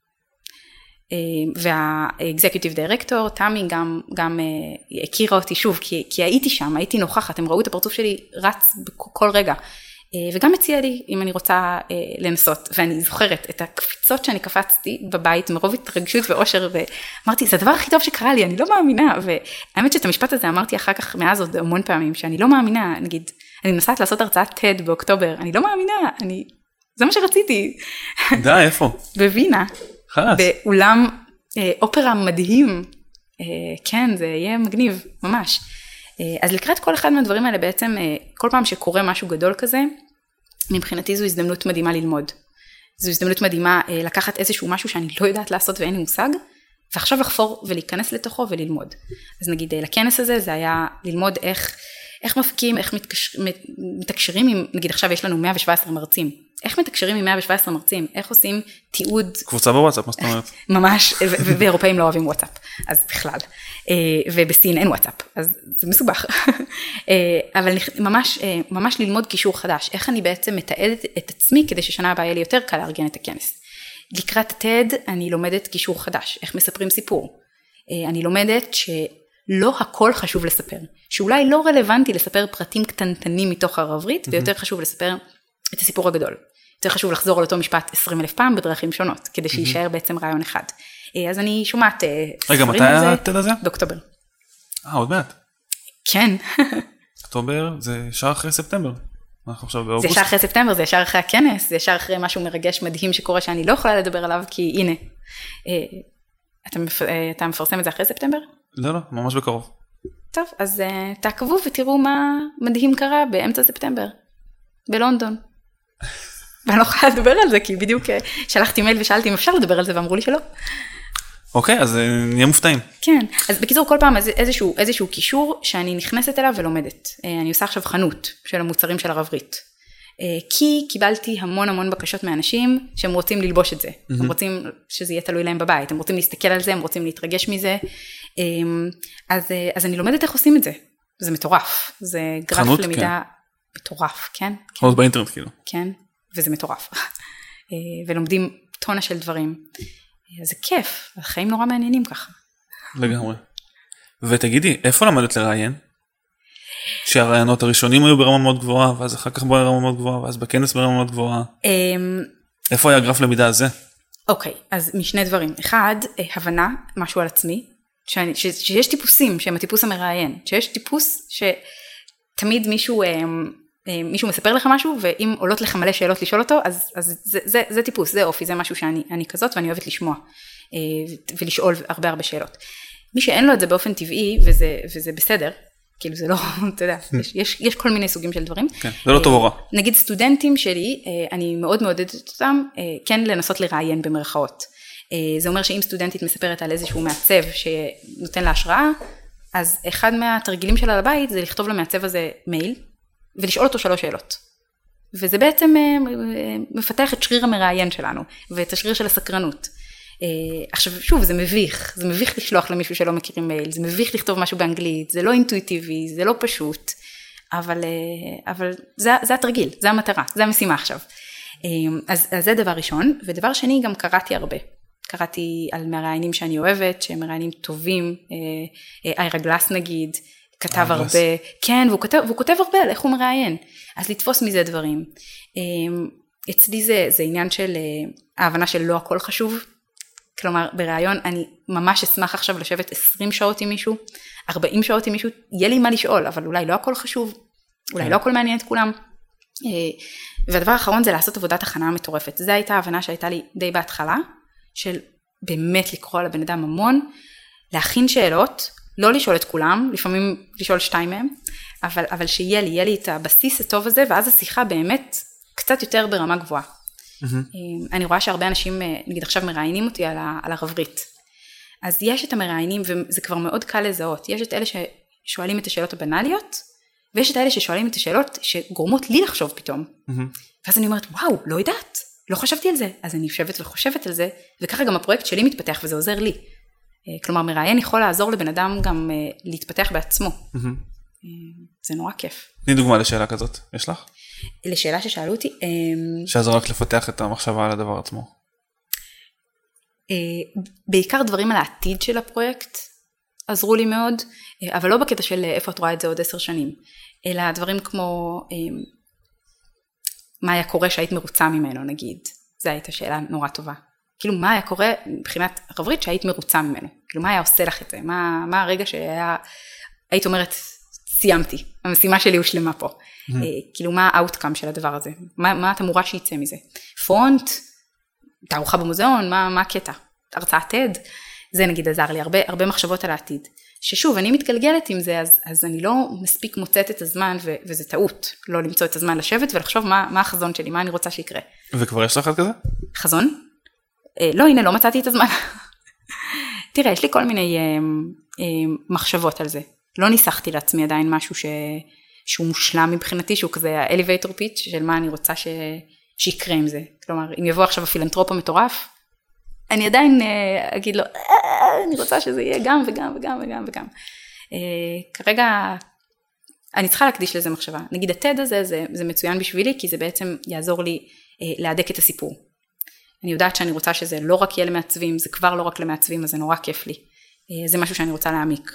וה-Executive Director, תמי גם, גם הכירה אותי שוב, כי, כי הייתי שם, הייתי נוכחת, הם ראו את הפרצוף שלי רץ בכל רגע, וגם הציע לי אם אני רוצה לנסות, ואני זוכרת את הקפיצות שאני קפצתי בבית מרוב התרגשות ואושר, ואמרתי, זה הדבר הכי טוב שקרה לי, אני לא מאמינה, והאמת שאת המשפט הזה אמרתי אחר כך מאז עוד המון פעמים, שאני לא מאמינה, נגיד, אני נוסעת לעשות הרצאת טד באוקטובר, אני לא מאמינה, אני, זה מה שרציתי. די, איפה? בווינה. חלס. באולם אופרה מדהים, כן, זה יהיה מגניב, ממש. אז לקראת כל אחד מהדברים האלה בעצם, כל פעם שקורה משהו גדול כזה, מבחינתי זו הזדמנות מדהימה ללמוד. זו הזדמנות מדהימה לקחת איזשהו משהו שאני לא יודעת לעשות ואין לי מושג, ועכשיו לחפור ולהיכנס לתוכו וללמוד. אז נגיד לכנס הזה זה היה ללמוד איך, איך מפקים, איך מתקשר, מתקשרים עם, נגיד עכשיו יש לנו מאה ושבע עשרה מרצים, איך מתקשרים עם מאה ושבע עשרה מרצים, איך עושים תיעוד. קבוצה בוואטסאפ, מה זאת אומרת? ממש, ואירופאים לא אוהבים וואטסאפ, אז בכלל. ובסין אין וואטסאפ, אז זה מסובך. אבל ממש, ממש ללמוד קישור חדש, איך אני בעצם מתעדת את עצמי, כדי ששנה הבאה יהיה לי יותר קל לארגן את הכנס. לקראת טד אני לומדת קישור חדש, איך מספרים סיפור. אני לומדת שלא הכל חשוב לספר, שאולי לא רלוונטי לספר פרטים קטנטנים מתוך הרברית, ויותר חשוב לספר את הסיפור הגדול. יותר חשוב לחזור על אותו משפט עשרים אלף פעם בדרכים שונות, כדי שישאר בעצם רעיון אחד. אז אני שומעת רגע, מתי הטד הזה? באוקטובר. אה, עוד מעט. כן. אוקטובר זה ישר אחרי ספטמבר. אנחנו עכשיו באוגוסט. זה ישר אחרי ספטמבר, זה ישר אחרי הכנס, זה ישר אחרי משהו מרגש מדהים שקורה שאני לא יכולה לדבר עליו, כי הנה, אתה מפרסם את זה אחרי ספטמבר? לא, לא, ממש בקרוב. טוב, אז תעקבו ותראו מה מדהים קרה באמצע ספטמבר, בלונדון. ואני לא יכולה לדבר על זה, כי בדיוק שלחתי מייל ושאלתי אם אפשר לדבר על זה, ואמרו לי שלא. אוקיי, אז נהיה מופתעים. כן, אז בקיצור, כל פעם איזשהו, איזשהו קישור שאני נכנסת אליו ולומדת. אני עושה עכשיו חנות של המוצרים של הרברית. כי קיבלתי המון המון בקשות מאנשים שהם רוצים ללבוש את זה, mm-hmm. הם רוצים שזה יהיה תלוי להם בבית, הם רוצים להסתכל על זה, הם רוצים להתרגש מזה, אז, אז אני לומדת איך עושים את זה, זה מטורף, זה גרף חנות, למידה כן. מטורף, כן? חנות באינטרנט כאילו. כן, וזה מטורף, ולומדים טונה של דברים, אז זה כיף, החיים נורא מעניינים ככה. לגמרי. ותגידי, איפה למדת לראיין? שהרעיונות הראשונים היו ברמה מאוד גבוהה, ואז אחר כך ברמה מאוד גבוהה, ואז בכנס ברמה מאוד גבוהה. איפה היה הגרף למידה הזה? אוקיי, אז משני דברים. אחד, הבנה, משהו על עצמי, שיש טיפוסים שהם הטיפוס המראיין, שיש טיפוס שתמיד מישהו, מישהו מספר לך משהו, ואם עולות לך מלא שאלות לשאול אותו, אז, אז זה, זה, זה טיפוס, זה אופי, זה משהו שאני, אני כזאת, ואני אוהבת לשמוע, ולשאול הרבה הרבה שאלות. מי שאין לו את זה באופן טבעי, וזה, וזה בסדר, כאילו זה לא, אתה יודע, יש, יש, יש כל מיני סוגים של דברים. כן, זה לא טוב או רע. נגיד סטודנטים שלי, אני מאוד מעודדת אותם, כן לנסות לראיין במרכאות. זה אומר שאם סטודנטית מספרת על איזשהו מעצב שנותן לה השראה, אז אחד מהתרגילים שלה לבית זה לכתוב למעצב הזה מייל, ולשאול אותו שלוש שאלות. וזה בעצם מפתח את שריר המראיין שלנו, ואת השריר של הסקרנות. עכשיו שוב, זה מביך, זה מביך לשלוח למישהו שלא מכירים מייל, זה מביך לכתוב משהו באנגלית, זה לא אינטואיטיבי, זה לא פשוט, אבל, אבל זה, זה התרגיל, זה המטרה, זה המשימה עכשיו. אז, אז זה דבר ראשון, ודבר שני, גם קראתי הרבה. קראתי על מראיינים שאני אוהבת, שהם מראיינים טובים, איירה גלאס נגיד, כתב הרבה, כן, והוא כותב, והוא כותב הרבה על איך הוא מראיין, אז לתפוס מזה דברים. אצלי זה, זה עניין של ההבנה של לא הכל חשוב, כלומר, בראיון אני ממש אשמח עכשיו לשבת עשרים שעות עם מישהו, ארבעים שעות עם מישהו, יהיה לי מה לשאול, אבל אולי לא הכל חשוב, אולי לא הכל מעניין את כולם. והדבר האחרון זה לעשות עבודת הכנה מטורפת. זו הייתה ההבנה שהייתה לי די בהתחלה, של באמת לקרוא לבן אדם המון, להכין שאלות, לא לשאול את כולם, לפעמים לשאול שתיים מהם, אבל, אבל שיהיה לי, יהיה לי את הבסיס הטוב הזה, ואז השיחה באמת קצת יותר ברמה גבוהה. אני רואה שהרבה אנשים, נגיד עכשיו מראיינים אותי על, ה, על הרברית. אז יש את המראיינים, וזה כבר מאוד קל לזהות. יש את אלה ששואלים את השאלות הבנאליות, ויש את אלה ששואלים את השאלות שגורמות לי לחשוב פתאום. ואז אני אומרת, וואו, לא יודעת, לא חשבתי על זה. אז אני יושבת וחושבת על זה, וככה גם הפרויקט שלי מתפתח, וזה עוזר לי. כלומר, מראיין יכול לעזור לבן אדם גם להתפתח בעצמו. זה נורא כיף. תני דוגמה לשאלה כזאת, יש לך? לשאלה ששאלו אותי. שעזר רק לפתח את המחשבה על הדבר עצמו. בעיקר דברים על העתיד של הפרויקט עזרו לי מאוד, אבל לא בקטע של איפה את רואה את זה עוד עשר שנים, אלא דברים כמו מה היה קורה שהיית מרוצה ממנו נגיד, זו הייתה שאלה נורא טובה. כאילו מה היה קורה מבחינת הרברית שהיית מרוצה ממנו, כאילו מה היה עושה לך את זה, מה, מה הרגע שהיה, היית אומרת סיימתי, המשימה שלי הושלמה פה, mm-hmm. כאילו מה האוטקאם של הדבר הזה, מה, מה את אמורה שיצא מזה, פונט, תערוכה במוזיאון, מה, מה הקטע, הרצאת תד, זה נגיד עזר לי, הרבה, הרבה מחשבות על העתיד, ששוב אני מתגלגלת עם זה, אז, אז אני לא מספיק מוצאת את הזמן, ו, וזה טעות, לא למצוא את הזמן לשבת ולחשוב מה, מה החזון שלי, מה אני רוצה שיקרה. וכבר יש לך כזה? חזון? אה, לא, הנה, לא מצאתי את הזמן. תראה, יש לי כל מיני אה, אה, מחשבות על זה. לא ניסחתי לעצמי עדיין משהו ש... שהוא מושלם מבחינתי, שהוא כזה ה-elevator pitch של מה אני רוצה ש... שיקרה עם זה. כלומר, אם יבוא עכשיו הפילנטרופ המטורף, אני עדיין אה, אגיד לו, אה, אני רוצה שזה יהיה גם וגם וגם וגם וגם. אה, כרגע, אני צריכה להקדיש לזה מחשבה. נגיד, התד הזה, זה, זה מצוין בשבילי, כי זה בעצם יעזור לי אה, להדק את הסיפור. אני יודעת שאני רוצה שזה לא רק יהיה למעצבים, זה כבר לא רק למעצבים, אז זה נורא כיף לי. אה, זה משהו שאני רוצה להעמיק.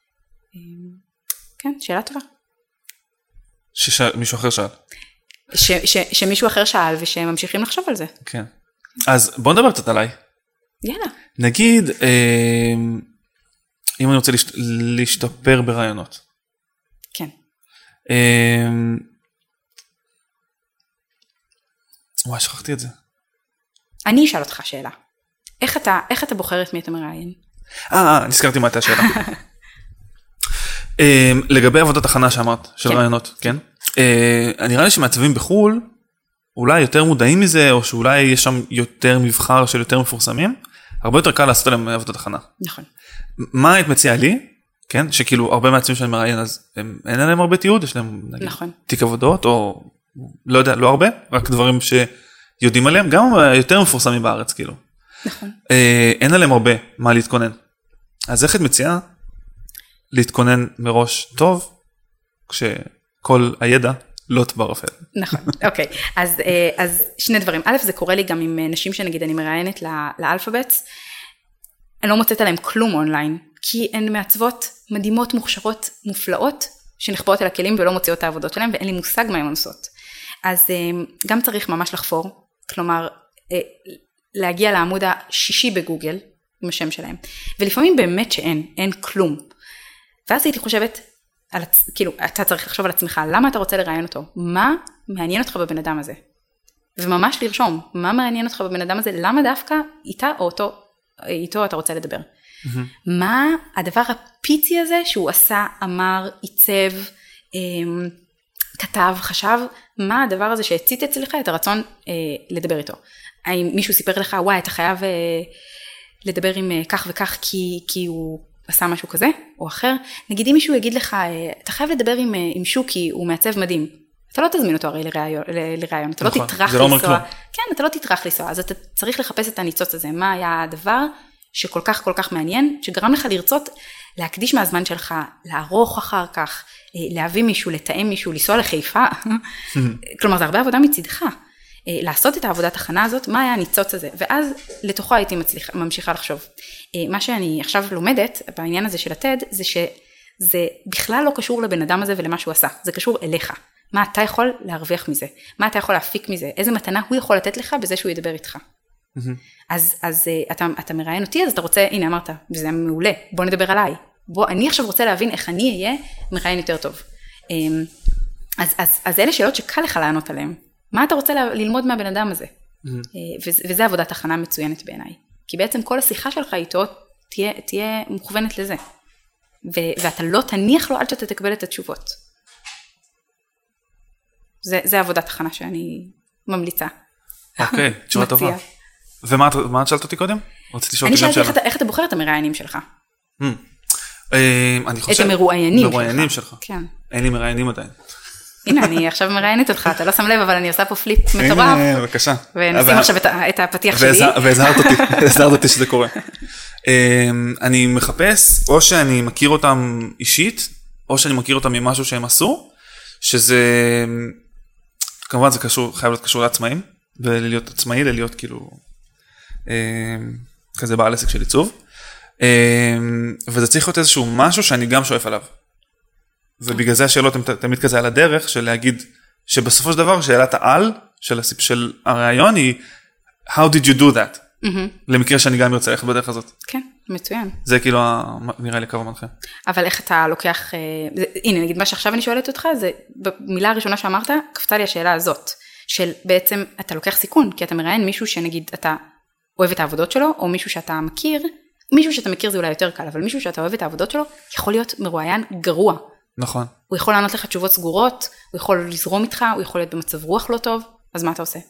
כן, שאלה טובה. שמישהו אחר שאל. ש, ש, שמישהו אחר שאל ושהם ממשיכים לחשוב על זה. כן. אז בוא נדבר קצת עליי. יאללה. נגיד, אם אני רוצה להשתפר ברעיונות. כן. וואי, שכחתי את זה. אני אשאל אותך שאלה. איך אתה, איך אתה בוחר את מי אתה מראיין? אה, נזכרתי מה הייתה השאלה. לגבי עבודת הכנה שאמרת, של רעיונות, כן? נראה לי שמעצבים בחול, אולי יותר מודעים מזה, או שאולי יש שם יותר מבחר של יותר מפורסמים, הרבה יותר קל לעשות עליהם עבודת הכנה. נכון. מה היית מציעה לי, כן? שכאילו הרבה מעצבים שאני מראיין, אז אין עליהם הרבה תיעוד, יש להם נגיד תיק עבודות, או לא יודע, לא הרבה, רק דברים שיודעים עליהם, גם יותר מפורסמים בארץ, כאילו. נכון. אין עליהם הרבה מה להתכונן. אז איך את מציעה להתכונן מראש טוב, כשכל הידע לא בערפל? נכון, אוקיי. אז, אז שני דברים. א', זה קורה לי גם עם נשים שנגיד אני מראיינת לאלפאבטס, אני לא מוצאת עליהם כלום אונליין, כי הן מעצבות מדהימות, מוכשרות, מופלאות, שנחבאות על הכלים ולא מוציאות את העבודות שלהם, ואין לי מושג מה הן עושות. אז גם צריך ממש לחפור, כלומר, להגיע לעמוד השישי בגוגל, עם השם שלהם, ולפעמים באמת שאין, אין כלום. ואז הייתי חושבת, על, כאילו, אתה צריך לחשוב על עצמך, למה אתה רוצה לראיין אותו? מה מעניין אותך בבן אדם הזה? וממש לרשום, מה מעניין אותך בבן אדם הזה? למה דווקא איתה או אותו, איתו אתה רוצה לדבר? Mm-hmm. מה הדבר הפיצי הזה שהוא עשה, אמר, עיצב, אמ, כתב, חשב, מה הדבר הזה שהצית אצלך את הרצון אה, לדבר איתו? האם מישהו סיפר לך, וואי, אתה חייב אה, לדבר עם אה, כך וכך כי, כי הוא עשה משהו כזה או אחר? נגיד אם מישהו יגיד לך, אה, אתה חייב לדבר עם, אה, עם שוקי, הוא מעצב מדהים. אתה לא תזמין אותו הרי לראיון, לראיון. אתה נכון, לא תטרח לא לנסוע. כן, אתה לא תטרח לנסוע, אז אתה צריך לחפש את הניצוץ הזה. מה היה הדבר שכל כך כל כך מעניין, שגרם לך לרצות להקדיש מהזמן שלך, לערוך אחר כך, להביא מישהו, לתאם מישהו, לנסוע לחיפה. כלומר, זה הרבה עבודה מצדך. לעשות את העבודת הכנה הזאת, מה היה הניצוץ הזה? ואז לתוכו הייתי מצליחה, ממשיכה לחשוב. מה שאני עכשיו לומדת בעניין הזה של הטד, זה שזה בכלל לא קשור לבן אדם הזה ולמה שהוא עשה. זה קשור אליך. מה אתה יכול להרוויח מזה? מה אתה יכול להפיק מזה? איזה מתנה הוא יכול לתת לך בזה שהוא ידבר איתך? אז, אז אתה, אתה מראיין אותי, אז אתה רוצה, הנה אמרת, וזה מעולה, בוא נדבר עליי. בוא, אני עכשיו רוצה להבין איך אני אהיה מראיין יותר טוב. אז, אז, אז אלה שאלות שקל לך לענות עליהן. מה אתה רוצה ללמוד מהבן אדם הזה? וזה עבודת הכנה מצוינת בעיניי. כי בעצם כל השיחה שלך איתו תהיה, תהיה מוכוונת לזה. ואתה לא תניח לו עד שאתה תקבל את התשובות. זה, זה עבודת הכנה שאני ממליצה. אוקיי, תשובה טובה. ומה את שאלת אותי קודם? אני שאלתי איך אתה בוחר את המראיינים שלך. אני חושב... את המרואיינים שלך. מרואיינים שלך. כן. אין לי מראיינים עדיין. הנה, אני עכשיו מראיינת אותך, אתה לא שם לב, אבל אני עושה פה פליפ מטורף. הנה, בבקשה. ונשים עכשיו את הפתיח שלי. והזהרת אותי, הזהרת אותי שזה קורה. אני מחפש, או שאני מכיר אותם אישית, או שאני מכיר אותם ממשהו שהם עשו, שזה, כמובן זה קשור, חייב להיות קשור לעצמאים, ולהיות עצמאי, ללהיות כאילו, כזה בעל עסק של עיצוב, וזה צריך להיות איזשהו משהו שאני גם שואף עליו. ובגלל זה השאלות הן תמיד כזה על הדרך, של להגיד שבסופו של דבר, שאלת העל של, של הרעיון היא, how did you do that? Mm-hmm. למקרה שאני גם ארצה ללכת בדרך הזאת. כן, מצוין. זה כאילו נראה לי קו המנחה. אבל איך אתה לוקח, זה, הנה נגיד מה שעכשיו אני שואלת אותך, זה במילה הראשונה שאמרת, קפצה לי השאלה הזאת, של בעצם אתה לוקח סיכון, כי אתה מראיין מישהו שנגיד אתה אוהב את העבודות שלו, או מישהו שאתה מכיר, מישהו שאתה מכיר זה אולי יותר קל, אבל מישהו שאתה אוהב את העבודות שלו, יכול להיות מרואיין גרוע. נכון. הוא יכול לענות לך תשובות סגורות, הוא יכול לזרום איתך, הוא יכול להיות במצב רוח לא טוב, אז מה אתה עושה?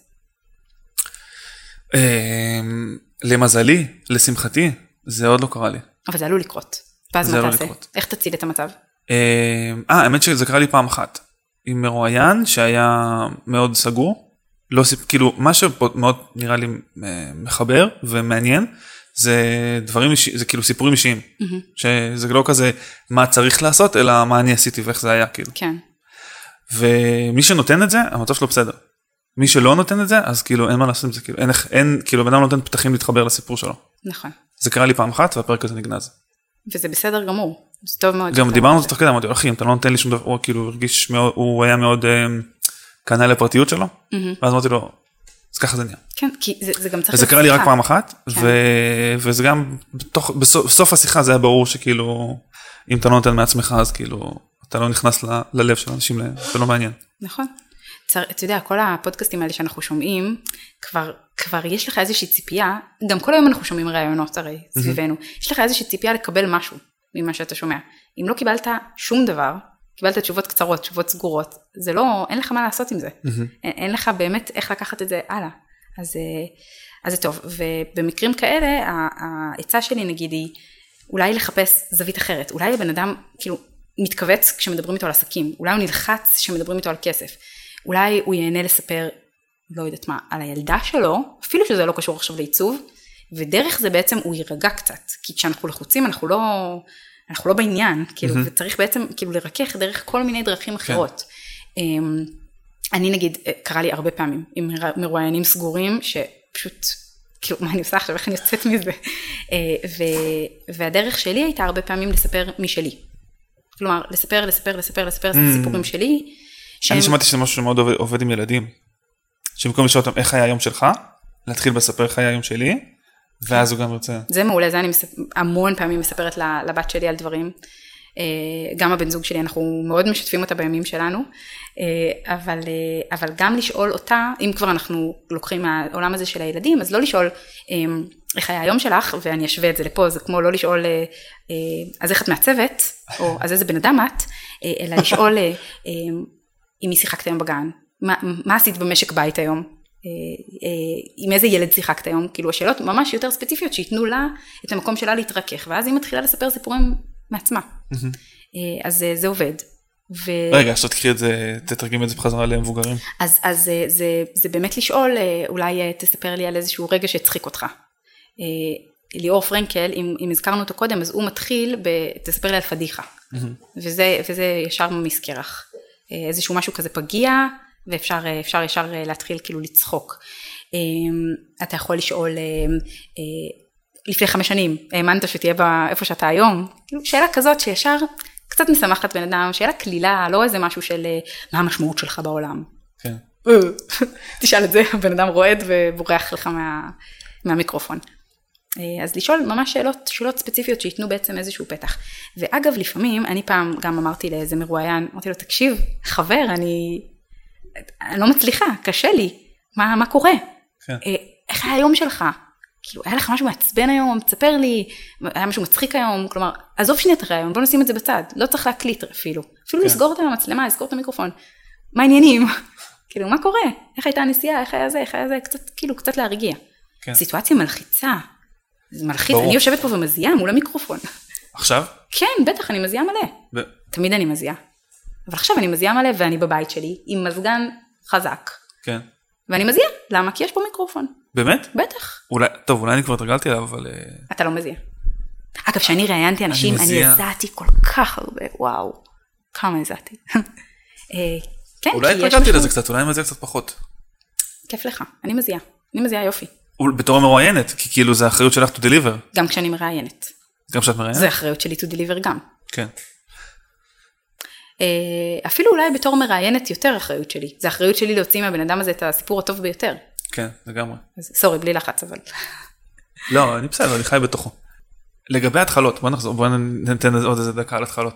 למזלי, לשמחתי, זה עוד לא קרה לי. אבל זה עלול לקרות. ואז מה תעשה? איך תציל את המצב? אה, האמת שזה קרה לי פעם אחת. עם מרואיין שהיה מאוד סגור, לא, כאילו, מה שמאוד נראה לי מחבר ומעניין, זה דברים אישיים, זה כאילו סיפורים אישיים. שזה לא כזה מה צריך לעשות, אלא מה אני עשיתי ואיך זה היה, כאילו. כן. ומי שנותן את זה, המצב שלו בסדר. מי שלא נותן את זה, אז כאילו אין מה לעשות עם זה, כאילו אין, אין, כאילו בן אדם נותן פתחים להתחבר לסיפור שלו. נכון. זה קרה לי פעם אחת, והפרק הזה נגנז. וזה בסדר גמור, זה טוב מאוד. גם דיברנו על זה תוך כדי, אמרתי, אחי, אם אתה לא נותן לי שום דבר, הוא כאילו הרגיש מאוד, הוא היה מאוד קנה לפרטיות שלו, ואז אמרתי לו, אז ככה זה נהיה. כן, כי זה, זה גם צריך... וזה קרה לי רק פעם אחת, ו... וזה גם, בתוך, בסוף, בסוף השיחה זה היה ברור שכאילו, אם אתה לא נותן מעצמך, אז כאילו, אתה לא נכנס ל... ללב של אנשים, זה לא מעניין. נכון. אתה יודע, כל הפודקאסטים האלה שאנחנו שומעים, כבר, כבר יש לך איזושהי ציפייה, גם כל היום אנחנו שומעים רעיונות הרי סביבנו, יש לך איזושהי ציפייה לקבל משהו ממה שאתה שומע. אם לא קיבלת שום דבר, קיבלת תשובות קצרות, תשובות סגורות, זה לא, אין לך מה לעשות עם זה. אין, אין לך באמת איך לקחת את זה הלאה. אז, אז זה טוב. ובמקרים כאלה, העצה שלי נגיד היא, אולי לחפש זווית אחרת. אולי הבן אדם כאילו מתכווץ כשמדברים איתו על עסקים. אולי הוא נלחץ כשמדברים איתו על כסף. אולי הוא ייהנה לספר, לא יודעת מה, על הילדה שלו, אפילו שזה לא קשור עכשיו לעיצוב, ודרך זה בעצם הוא יירגע קצת, כי כשאנחנו לחוצים אנחנו לא, אנחנו לא בעניין, כאילו, mm-hmm. וצריך בעצם כאילו לרכך דרך כל מיני דרכים אחרות. כן. אני נגיד, קרה לי הרבה פעמים, עם מרואיינים סגורים, שפשוט, כאילו, מה אני עושה עכשיו, איך אני יוצאת מזה? והדרך שלי הייתה הרבה פעמים לספר משלי. כלומר, לספר, לספר, לספר, לספר את הסיפורים שלי. אני שמעתי שזה משהו שמאוד עובד עם ילדים, שבמקום לשאול אותם איך היה היום שלך, להתחיל לספר איך היה היום שלי, ואז הוא גם רוצה. זה מעולה, זה אני המון פעמים מספרת לבת שלי על דברים. גם הבן זוג שלי, אנחנו מאוד משתפים אותה בימים שלנו, אבל, אבל גם לשאול אותה, אם כבר אנחנו לוקחים מהעולם הזה של הילדים, אז לא לשאול איך היה היום שלך, ואני אשווה את זה לפה, זה כמו לא לשאול, אז איך את מעצבת, או אז איזה בן אדם את, אלא לשאול עם מי שיחקת היום בגן, מה, מה עשית במשק בית היום, עם איזה ילד שיחקת היום, כאילו השאלות ממש יותר ספציפיות, שיתנו לה את המקום שלה להתרכך, ואז היא מתחילה לספר סיפורים מעצמה. אז זה עובד. רגע, אז תקחי את זה, תתרגם את זה בחזרה למבוגרים. אז, אז זה, זה באמת לשאול, אולי תספר לי על איזשהו רגע שצחיק אותך. ליאור פרנקל, אם, אם הזכרנו אותו קודם, אז הוא מתחיל תספר לי על פדיחה. וזה, וזה ישר מזכרך. איזשהו משהו כזה פגיע, ואפשר אפשר ישר להתחיל כאילו לצחוק. אתה יכול לשאול, לפני חמש שנים, האמנת שתהיה בה איפה שאתה היום? שאלה כזאת שישר קצת משמחת בן אדם, שאלה כלילה, לא איזה משהו של מה המשמעות שלך בעולם. כן. תשאל את זה, הבן אדם רועד ובורח לך מה, מהמיקרופון. אז לשאול ממש שאלות, שאלות ספציפיות שיתנו בעצם איזשהו פתח. ואגב, לפעמים, אני פעם גם אמרתי לאיזה מרואיין, אמרתי לו, תקשיב, חבר, אני, אני לא מצליחה, קשה לי, מה, מה קורה? כן. איך היה היום שלך? כאילו, היה לך משהו מעצבן היום, תספר לי, היה משהו מצחיק היום, כלומר, עזוב שנייה את הרעיון, בוא נשים את זה בצד, לא צריך להקליט אפילו, אפילו כן. לסגור את המצלמה, לסגור את המיקרופון, מה העניינים? כאילו, מה קורה? איך הייתה הנסיעה, איך היה זה, איך היה זה, קצת, כאילו, קצת להרגיע. כן. סיטואציה מלחיצה, זה מלחיץ, ברור. אני יושבת פה ומזיעה מול המיקרופון. עכשיו? כן, בטח, אני מזיעה מלא. ב... תמיד אני מזיעה. אבל עכשיו אני מזיעה מלא, ואני בבית שלי, עם מזגן חזק. כן. ואני מזיעה, למה? כי יש פה מיקרופון. באמת? בטח. אולי, טוב, אולי אני כבר תרגלתי עליו, אבל... אתה לא מזיע. אגב, כשאני ראיינתי אנשים, אני, אני הזעתי כל כך הרבה, וואו, כמה הזעתי. כן, אולי תרגלתי לזה קצת, אולי אני מזיע קצת פחות. כיף לך, אני מזיעה, אני מזיעה יופי. בתור מרואיינת, כי כאילו זה האחריות שלך to deliver. גם כשאני מראיינת. גם כשאת מראיינת? זה האחריות שלי to deliver גם. כן. אפילו אולי בתור מראיינת יותר האחריות שלי. זה האחריות שלי להוציא מהבן אדם הזה את הסיפור הטוב ביותר. כן, לגמרי. סורי, בלי לחץ, אבל. לא, אני בסדר, אני חי בתוכו. לגבי התחלות, בוא נחזור, בוא ניתן עוד איזה דקה על התחלות.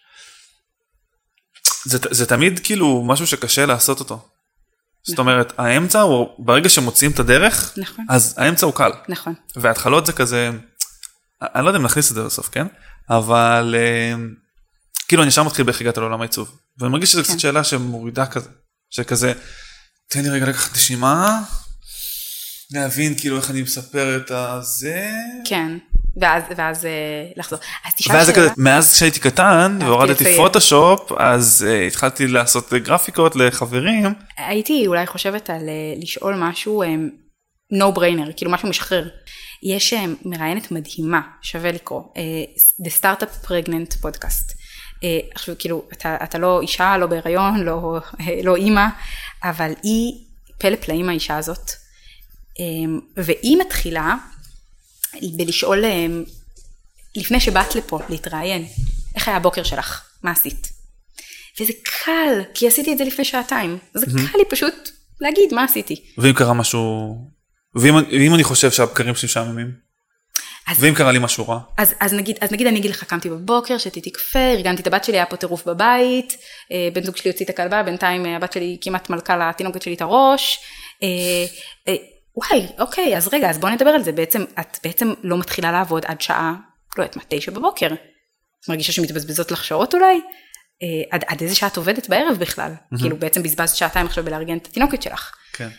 זה, זה תמיד כאילו משהו שקשה לעשות אותו. נכון. זאת אומרת, האמצע הוא, ברגע שמוצאים את הדרך, נכון. אז האמצע הוא קל. נכון. וההתחלות זה כזה, אני לא יודע אם נכניס את זה לסוף, כן? אבל כאילו אני שם מתחיל באיך הגעת לעולם העיצוב. ואני מרגיש שזו כן. קצת שאלה שמורידה כזה, שכזה, תן לי רגע לקחת נשימה, להבין כאילו איך אני מספר את הזה. כן, ואז, ואז לחזור. ואז זה כזה, מאז שהייתי קטן, והורדתי פוטושופ, אז התחלתי לעשות גרפיקות לחברים. הייתי אולי חושבת על לשאול משהו, no brainer, כאילו משהו משחרר. יש מראיינת מדהימה, שווה לקרוא, The Startup Pregnant Podcast. עכשיו כאילו, אתה, אתה לא אישה, לא בהיריון, לא, לא אימא, אבל היא פלא פלאים האישה הזאת, והיא מתחילה בלשאול, לפני שבאת לפה להתראיין, איך היה הבוקר שלך? מה עשית? וזה קל, כי עשיתי את זה לפני שעתיים, זה קל לי פשוט להגיד מה עשיתי. ואם קרה משהו, ואם, ואם אני חושב שהבקרים שלי משעממים? ואם קרה לי משהו רע? אז, אז, נגיד, אז נגיד אני אגיד לך, קמתי בבוקר, שתיתי קפה, ארגנתי את הבת שלי, היה פה טירוף בבית, בן זוג שלי הוציא את הכלבה, בינתיים הבת שלי כמעט מלכה לתינוקת שלי את הראש, וואי, אוקיי, אז רגע, אז בוא נדבר על זה, בעצם, את בעצם לא מתחילה לעבוד עד שעה, לא יודעת מה, תשע בבוקר, את מרגישה שמתבזבזות לך שעות אולי, עד, עד איזה שעה את עובדת בערב בכלל, כאילו בעצם בזבזת שעתיים עכשיו בלארגן את התינוקת שלך. כן.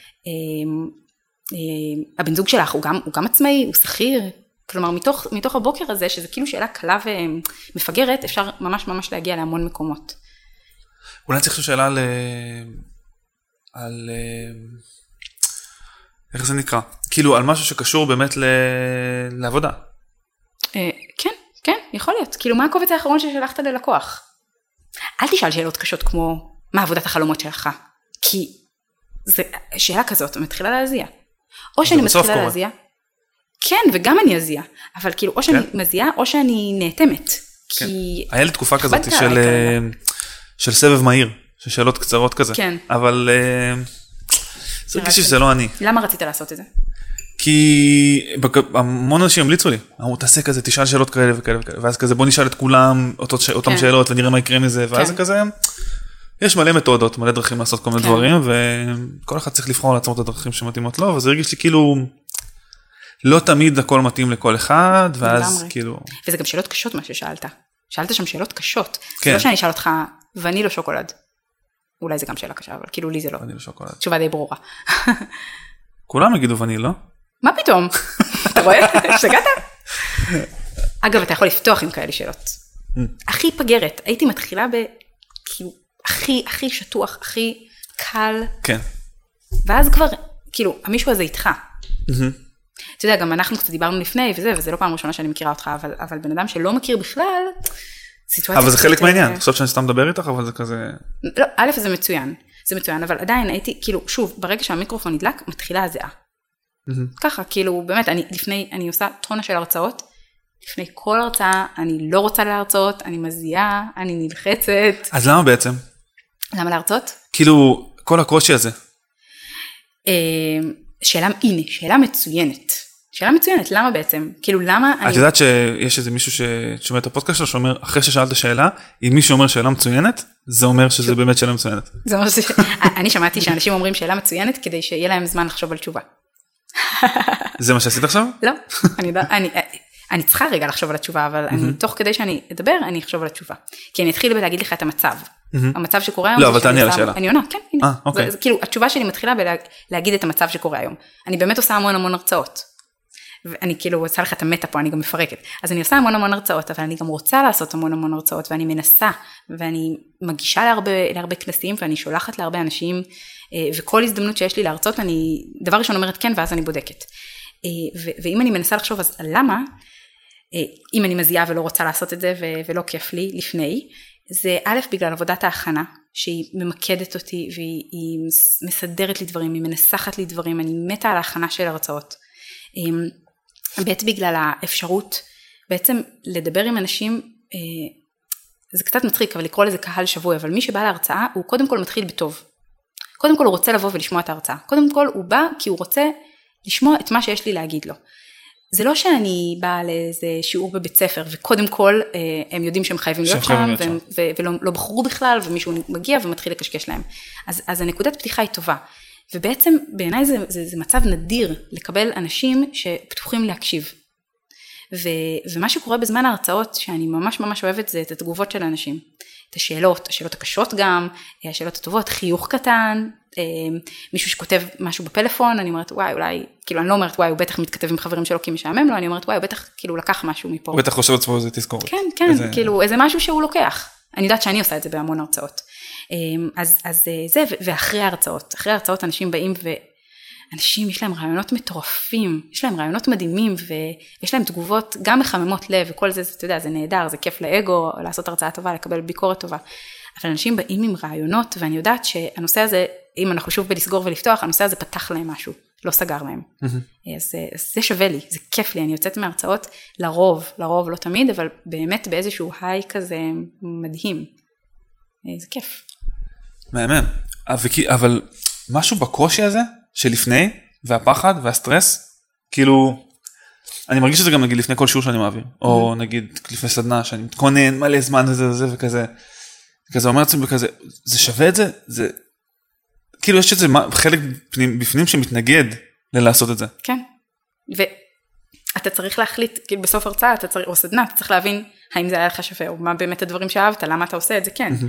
הבן זוג שלך הוא גם, הוא גם עצמאי, הוא שכיר, כלומר, מתוך, מתוך הבוקר הזה, שזה כאילו שאלה קלה ומפגרת, אפשר ממש ממש להגיע להמון מקומות. אולי צריך שאלה ל... על, איך זה נקרא? כאילו על משהו שקשור באמת ל... לעבודה. כן, כן, יכול להיות. כאילו מה הקובץ האחרון ששלחת ללקוח? אל תשאל שאלות קשות כמו, מה עבודת החלומות שלך? כי זה שאלה כזאת, מתחילה להזיע. או שאני מתחילה להזיע, כן, וגם אני אזיע, אבל כאילו, או שאני מזיעה, או שאני נאטמת. כי... היה לי תקופה כזאת של, של סבב מהיר, של שאלות קצרות כזה. כן. אבל זה הרגיש שזה לא אני. למה רצית לעשות את זה? כי המון אנשים המליצו לי, אמרו, תעשה כזה, תשאל שאלות כאלה וכאלה וכאלה, ואז כזה, בוא נשאל את כולם אותם שאלות ונראה מה יקרה מזה, ואז זה כזה, יש מלא מתודות, מלא דרכים לעשות כל מיני דברים, וכל אחד צריך לבחור לעצמו את הדרכים שמתאימות לו, וזה הרגיש לי כאילו, לא תמיד הכל מתאים לכל אחד, ואז כאילו... וזה גם שאלות קשות מה ששאלת. שאלת שם שאלות קשות. זה לא שאני אשאל אותך, ואני לא שוקולד. אולי זה גם שאלה קשה, אבל כאילו לי זה לא. ואני לא שוקולד. תשובה די ברורה. כולם יגידו ואני לא. מה פתאום? אתה רואה? השתגעת? אגב, אתה יכול לפתוח עם כאלה שאלות. הכי פגרת. הייתי מתחילה ב... כאילו, הכי, הכי שטוח, הכי קל. כן. ואז כבר, כאילו, המישהו הזה איתך. אתה יודע, גם אנחנו קצת דיברנו לפני וזה, וזה לא פעם ראשונה שאני מכירה אותך, אבל, אבל בן אדם שלא מכיר בכלל, סיטואציה... אבל זה חלק מהעניין, חושב שאני סתם מדבר איתך, אבל זה כזה... לא, א', זה מצוין, זה מצוין, אבל עדיין הייתי, כאילו, שוב, ברגע שהמיקרופון נדלק, מתחילה הזיעה. ככה, כאילו, באמת, אני לפני, אני עושה טונה של הרצאות, לפני כל הרצאה, אני לא רוצה להרצאות, אני מזיעה, אני נלחצת. אז למה בעצם? למה להרצאות? כאילו, כל הקושי הזה. שאלה, הנה, שאלה מצוינת. שאלה מצוינת, למה בעצם? כאילו, למה אני... את יודעת שיש איזה מישהו ששומע את הפודקאסט שלו, שאומר, אחרי ששאלת שאלה, אם מישהו אומר שאלה מצוינת, זה אומר שזה באמת שאלה מצוינת. זה אומר ש... אני שמעתי שאנשים אומרים שאלה מצוינת, כדי שיהיה להם זמן לחשוב על תשובה. זה מה שעשית עכשיו? לא, אני יודע, אני... אני צריכה רגע לחשוב על התשובה, אבל אני, תוך כדי שאני אדבר, אני אחשוב על התשובה. כי אני אתחיל בלהגיד לך את המצב. המצב שקורה היום... לא, אבל תעני על השאלה. אני עונה, כן, הנה. אה, אוקיי. כאילו, התשובה שלי מתחילה בלהגיד את המצב שקורה היום. אני באמת עושה המון המון הרצאות. ואני כאילו עושה לך את המטה פה, אני גם מפרקת. אז אני עושה המון המון הרצאות, אבל אני גם רוצה לעשות המון המון הרצאות, ואני מנסה, ואני מגישה להרבה, להרבה כנסים, ואני שולחת להרבה אנשים, וכל הזדמנות שיש לי להרצות, אני דבר ראשון אומרת כן, ואז אני בודקת. ואם אני מנסה לחשוב, אז למה, אם אני מזיעה ולא רוצה לעשות את זה, ולא כיף לי לפני, זה א', בגלל עבודת ההכנה, שהיא ממקדת אותי, והיא מסדרת לי דברים, היא מנסחת לי דברים, אני מתה על ההכנה של הרצאות. ב', בגלל האפשרות, בעצם לדבר עם אנשים, זה קצת מצחיק, אבל לקרוא לזה קהל שבוי, אבל מי שבא להרצאה, הוא קודם כל מתחיל בטוב. קודם כל הוא רוצה לבוא ולשמוע את ההרצאה. קודם כל הוא בא כי הוא רוצה לשמוע את מה שיש לי להגיד לו. זה לא שאני באה לאיזה שיעור בבית ספר, וקודם כל הם יודעים שהם חייבים להיות שם, ולא בחרו בכלל, ומישהו מגיע ומתחיל לקשקש להם. אז, אז הנקודת פתיחה היא טובה. ובעצם בעיניי זה, זה, זה מצב נדיר לקבל אנשים שפתוחים להקשיב. ו, ומה שקורה בזמן ההרצאות, שאני ממש ממש אוהבת, זה את התגובות של האנשים. את השאלות, השאלות הקשות גם, השאלות הטובות, חיוך קטן, מישהו שכותב משהו בפלאפון, אני אומרת, וואי, אולי, כאילו, אני לא אומרת, וואי, הוא בטח מתכתב עם חברים שלו כי משעמם לו, אני אומרת, וואי, הוא בטח, כאילו, לקח משהו מפה. הוא בטח חושב עצמו איזה תזכורת. כן, כן, איזה... כאילו, איזה משהו שהוא לוקח. אני יודעת שאני עושה את זה בהמון הרצאות. אז, אז זה, ואחרי ההרצאות, אחרי ההרצאות אנשים באים ואנשים יש להם רעיונות מטורפים, יש להם רעיונות מדהימים, ויש להם תגובות גם מחממות לב, וכל זה, אתה יודע, זה נהדר, זה כיף לאגו, לעשות הרצאה טובה, לקבל ביקורת טובה. אבל אנשים באים עם רעיונות, ואני יודעת שהנושא הזה, אם אנחנו שוב בלסגור ולפתוח, הנושא הזה פתח להם משהו, לא סגר להם. אז, אז זה שווה לי, זה כיף לי, אני יוצאת מהרצאות לרוב, לרוב, לא תמיד, אבל באמת באיזשהו היי כזה מדהים. זה כיף. מהמם. אבל משהו בקושי הזה, שלפני, והפחד והסטרס, כאילו, אני מרגיש שזה גם נגיד לפני כל שיעור שאני מעביר, או נגיד לפני סדנה, שאני מתכונן מלא זמן וזה וזה וכזה, כזה אומר לעצמי בכזה, זה שווה את זה? זה, כאילו יש איזה חלק בפנים שמתנגד ללעשות את זה. כן. ואתה צריך להחליט, כאילו בסוף הרצאה, אתה צריך, או סדנה, אתה צריך להבין האם זה היה לך שווה, או מה באמת הדברים שאהבת, למה אתה עושה את זה, כן.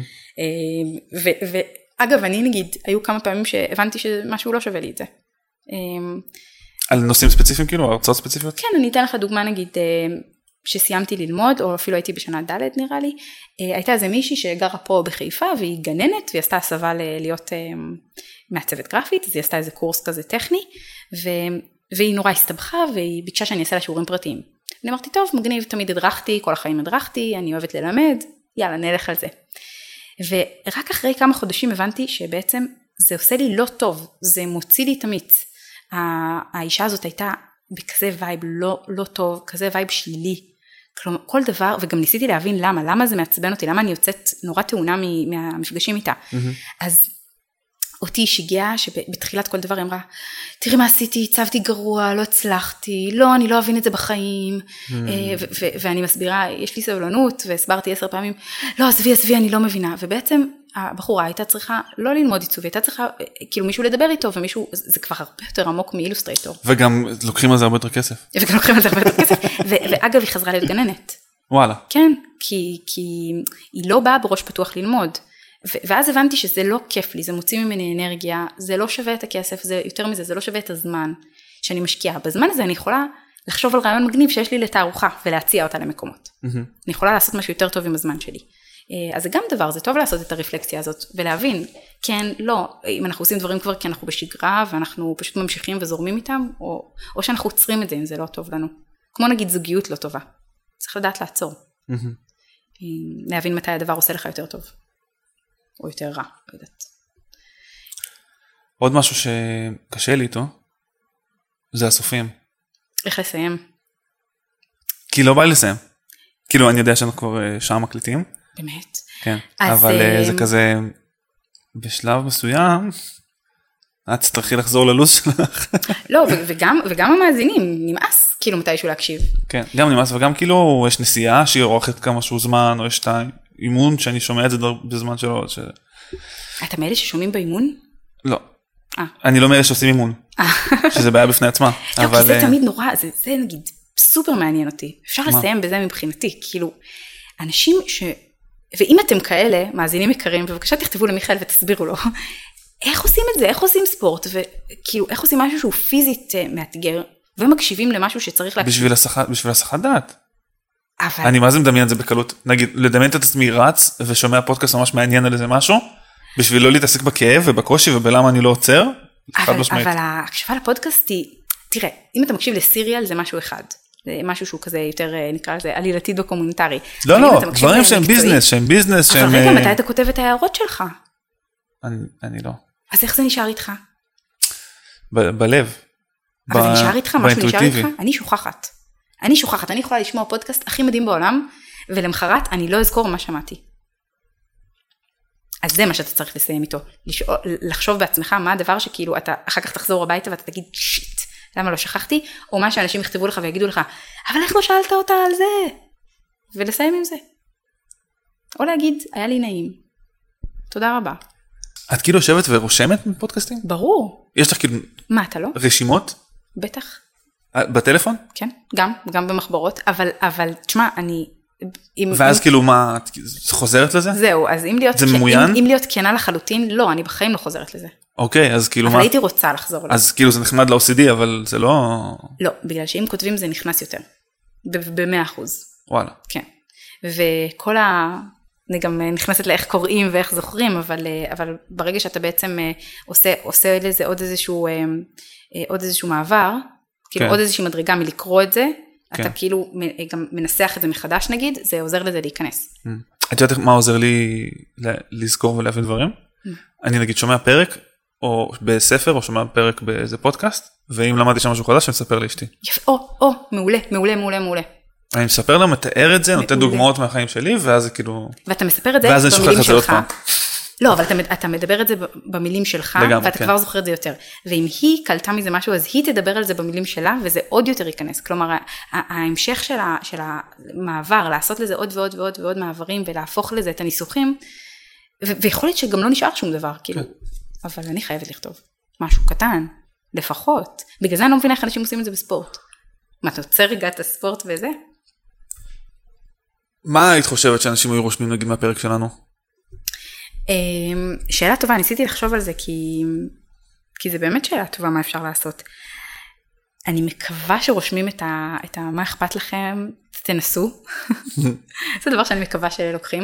ואגב, אני נגיד, היו כמה פעמים שהבנתי שמשהו לא שווה לי את זה. על נושאים ספציפיים כאילו, הרצאות ספציפיות? כן, אני אתן לך דוגמה נגיד, שסיימתי ללמוד, או אפילו הייתי בשנה ד' נראה לי, הייתה איזה מישהי שגרה פה בחיפה, והיא גננת, והיא עשתה הסבה להיות מעצבת גרפית, אז היא עשתה איזה קורס כזה טכני, והיא נורא הסתבכה, והיא ביקשה שאני אעשה לה שיעורים פרטיים. אני אמרתי, טוב, מגניב, תמיד הדרכתי, כל החיים הדרכתי, אני אוהבת ללמד, יאללה, נלך על זה. ורק אחרי כמה חודשים הבנתי שבעצם זה עושה לי לא טוב, זה מוציא לי את המיץ. האישה הזאת הייתה בכזה וייב לא, לא טוב, כזה וייב שלילי. כלומר, כל דבר, וגם ניסיתי להבין למה, למה זה מעצבן אותי, למה אני יוצאת נורא טעונה מהמפגשים איתה. Mm-hmm. אז אותי שיגעה שבתחילת כל דבר היא אמרה, תראי מה עשיתי, הצבתי גרוע, לא הצלחתי, לא, אני לא אבין את זה בחיים, mm-hmm. ו- ו- ואני מסבירה, יש לי סבלנות, והסברתי עשר פעמים, לא, עזבי, עזבי, אני לא מבינה, ובעצם הבחורה הייתה צריכה לא ללמוד עיצוב, הייתה צריכה כאילו מישהו לדבר איתו, ומישהו, זה כבר הרבה יותר עמוק מאילוסטרייטור. וגם לוקחים על זה הרבה יותר כסף. וגם לוקחים על זה הרבה יותר כסף, ו- ואגב, היא חזרה להיות גננת. וואלה. כן, כי, כי היא לא באה בראש פתוח ללמוד, ו- ואז הבנתי שזה לא כיף לי, זה מוציא ממני אנרגיה, זה לא שווה את הכסף, זה יותר מזה, זה לא שווה את הזמן שאני משקיעה. בזמן הזה אני יכולה לחשוב על רעיון מגניב שיש לי לתערוכה, ולהציע אותה למקומות. Mm-hmm. אני יכולה לעשות משהו יותר טוב עם הזמן שלי. אז זה גם דבר, זה טוב לעשות את הרפלקציה הזאת, ולהבין, כן, לא, אם אנחנו עושים דברים כבר כי אנחנו בשגרה, ואנחנו פשוט ממשיכים וזורמים איתם, או, או שאנחנו עוצרים את זה אם זה לא טוב לנו. כמו נגיד זוגיות לא טובה. צריך לדעת לעצור. Mm-hmm. להבין מתי הדבר עושה לך יותר טוב. או יותר רע, לא יודעת. עוד משהו שקשה לי איתו, זה הסופים. איך לסיים? כי לא בא לי לסיים. כאילו, אני יודע שאנחנו כבר שעה מקליטים. באמת. כן, אבל זה כזה, בשלב מסוים, את תצטרכי לחזור ללוז שלך. לא, וגם המאזינים, נמאס כאילו מתישהו להקשיב. כן, גם נמאס, וגם כאילו יש נסיעה שהיא אורכת כמה שהוא זמן, או יש את האימון שאני שומע את זה בזמן שלו. אתה מאלה ששומעים באימון? לא. אני לא מאלה שעושים אימון, שזה בעיה בפני עצמה. לא, כי זה תמיד נורא, זה נגיד סופר מעניין אותי. אפשר לסיים בזה מבחינתי, כאילו, אנשים ש... ואם אתם כאלה, מאזינים יקרים, בבקשה תכתבו למיכאל ותסבירו לו, איך עושים את זה, איך עושים ספורט, וכאילו, איך עושים משהו שהוא פיזית מאתגר, ומקשיבים למשהו שצריך להקשיב. בשביל הסחת, בשביל הסחת דעת. אבל... אני מה זה מדמיין את זה בקלות, נגיד, לדמיין את עצמי רץ, ושומע פודקאסט ממש מעניין על איזה משהו, בשביל לא להתעסק בכאב ובקושי, ובלמה אני לא עוצר, אבל, אבל ההקשבה לפודקאסט היא, תראה, אם אתה מקשיב לסיריאל, זה משהו אחד. זה משהו שהוא כזה יותר, נקרא לזה, עלילתי דוקומנטרי. לא, לא, דברים שהם ביזנס, שהם ביזנס, שהם... אבל רגע, מתי אתה כותב את ההערות שלך? אני לא. אז איך זה נשאר איתך? בלב. אבל זה נשאר איתך, משהו נשאר איתך? אני שוכחת. אני שוכחת, אני יכולה לשמוע פודקאסט הכי מדהים בעולם, ולמחרת אני לא אזכור מה שמעתי. אז זה מה שאתה צריך לסיים איתו. לחשוב בעצמך מה הדבר שכאילו אתה אחר כך תחזור הביתה ואתה תגיד שיט. למה לא שכחתי, או מה שאנשים יכתבו לך ויגידו לך, אבל איך לא שאלת אותה על זה? ולסיים עם זה. או להגיד, היה לי נעים. תודה רבה. את כאילו יושבת ורושמת מפודקאסטים? ברור. יש לך כאילו... מה, אתה לא? רשימות? בטח. בטלפון? כן, גם, גם במחברות, אבל, אבל, תשמע, אני... ואז כאילו מה, את חוזרת לזה? זהו, אז אם להיות... זה ממוין? אם להיות כנה לחלוטין, לא, אני בחיים לא חוזרת לזה. אוקיי, אז כאילו מה? אבל הייתי רוצה לחזור לזה. אז כאילו זה נחמד ל-או סי די, אבל זה לא... לא, בגלל שאם כותבים זה נכנס יותר. ב-מאה אחוז. וואלה. כן. וכל ה... אני גם נכנסת לאיך קוראים ואיך זוכרים, אבל, אבל ברגע שאתה בעצם עושה, עושה לזה עוד איזשהו, עוד איזשהו מעבר, כאילו עוד איזושהי מדרגה מלקרוא את זה, אתה כאילו גם מנסח את זה מחדש נגיד, זה עוזר לזה להיכנס. את יודעת מה עוזר לי לזכור ולהבין דברים? אני נגיד שומע פרק, או בספר, או שומע פרק באיזה פודקאסט, ואם למדתי שם משהו חדש, אני מספר לאשתי. או, או, מעולה, מעולה, מעולה, מעולה. אני מספר לה, מתאר את זה, נותן דוגמאות מהחיים שלי, ואז זה כאילו... ואתה מספר את זה במילים שלך. לא, אבל אתה מדבר את זה במילים שלך, ואתה כבר זוכר את זה יותר. ואם היא קלטה מזה משהו, אז היא תדבר על זה במילים שלה, וזה עוד יותר ייכנס. כלומר, ההמשך של המעבר, לעשות לזה עוד ועוד ועוד ועוד מעברים, ולהפוך לזה את הניסוחים, ויכול להיות שגם לא נשאר שום דבר, כאילו. אבל אני חייבת לכתוב משהו קטן, לפחות. בגלל זה אני לא מבינה איך אנשים עושים את זה בספורט. מה, אתה עוצר רגע את הספורט וזה? מה היית חושבת שאנשים היו רושמים נגיד מהפרק שלנו? שאלה טובה, ניסיתי לחשוב על זה, כי, כי זה באמת שאלה טובה מה אפשר לעשות. אני מקווה שרושמים את, ה, את ה, מה אכפת לכם, תנסו. זה דבר שאני מקווה שאלה לוקחים.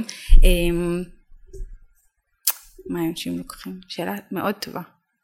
מה אנשים לוקחים? שאלה מאוד טובה.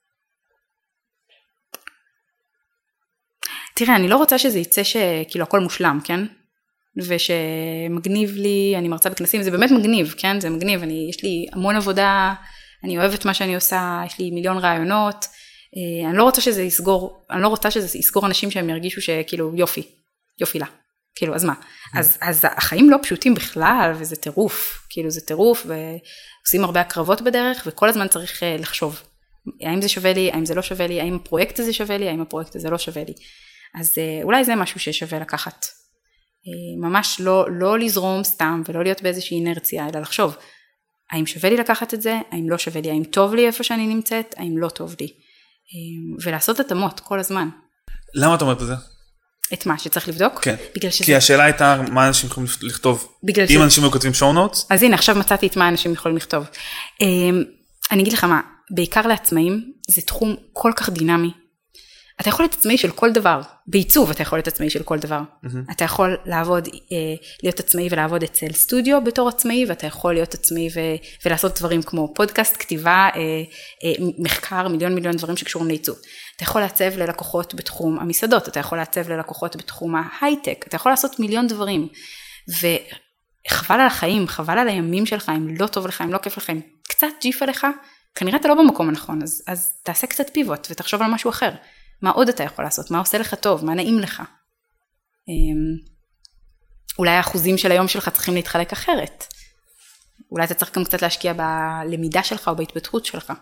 תראה, אני לא רוצה שזה יצא שכאילו הכל מושלם, כן? ושמגניב לי, אני מרצה בכנסים, זה באמת מגניב, כן? זה מגניב, אני, יש לי המון עבודה, אני אוהבת מה שאני עושה, יש לי מיליון רעיונות, אני לא רוצה שזה יסגור, אני לא רוצה שזה יסגור אנשים שהם ירגישו שכאילו יופי, יופי לה, כאילו, אז מה? אז, אז החיים לא פשוטים בכלל, וזה טירוף, כאילו זה טירוף, ועושים הרבה הקרבות בדרך, וכל הזמן צריך לחשוב, האם זה שווה לי, האם זה לא שווה לי, האם הפרויקט הזה שווה לי, האם הפרויקט הזה לא שווה לי. אז אולי זה משהו ששווה לקחת. ממש לא, לא לזרום סתם, ולא להיות באיזושהי אינרציה, אלא לחשוב, האם שווה לי לקחת את זה, האם לא שווה לי, האם טוב לי איפה שאני נמצאת, האם לא טוב לי. ולעשות התאמות כל הזמן. למה את אומרת את זה? את מה, שצריך לבדוק? כן, שזה... כי השאלה הייתה מה אנשים יכולים לכתוב. אם ש... אנשים כותבים show notes? אז הנה, עכשיו מצאתי את מה אנשים יכולים לכתוב. אני אגיד לך מה, בעיקר לעצמאים, זה תחום כל כך דינמי. אתה יכול להיות עצמאי של כל דבר, בעיצוב אתה יכול להיות עצמאי של כל דבר. Mm-hmm. אתה יכול לעבוד, להיות עצמאי ולעבוד אצל סטודיו בתור עצמאי, ואתה יכול להיות עצמאי ו- ולעשות דברים כמו פודקאסט, כתיבה, מחקר, מיליון מיליון דברים שקשורים לעיצוב. אתה יכול לעצב ללקוחות בתחום המסעדות, אתה יכול לעצב ללקוחות בתחום ההייטק, אתה יכול לעשות מיליון דברים. וחבל על החיים, חבל על הימים שלך, אם לא טוב לך, אם לא כיף לך, אם קצת ג'יף עליך, כנראה אתה לא במקום הנכון, אז, אז תעשה קצת פיבוט ותחשוב על משהו אחר. מה עוד אתה יכול לעשות? מה עושה לך טוב? מה נעים לך? אולי האחוזים של היום שלך צריכים להתחלק אחרת. אולי אתה צריך גם קצת להשקיע בלמידה שלך או בהתפתחות שלך.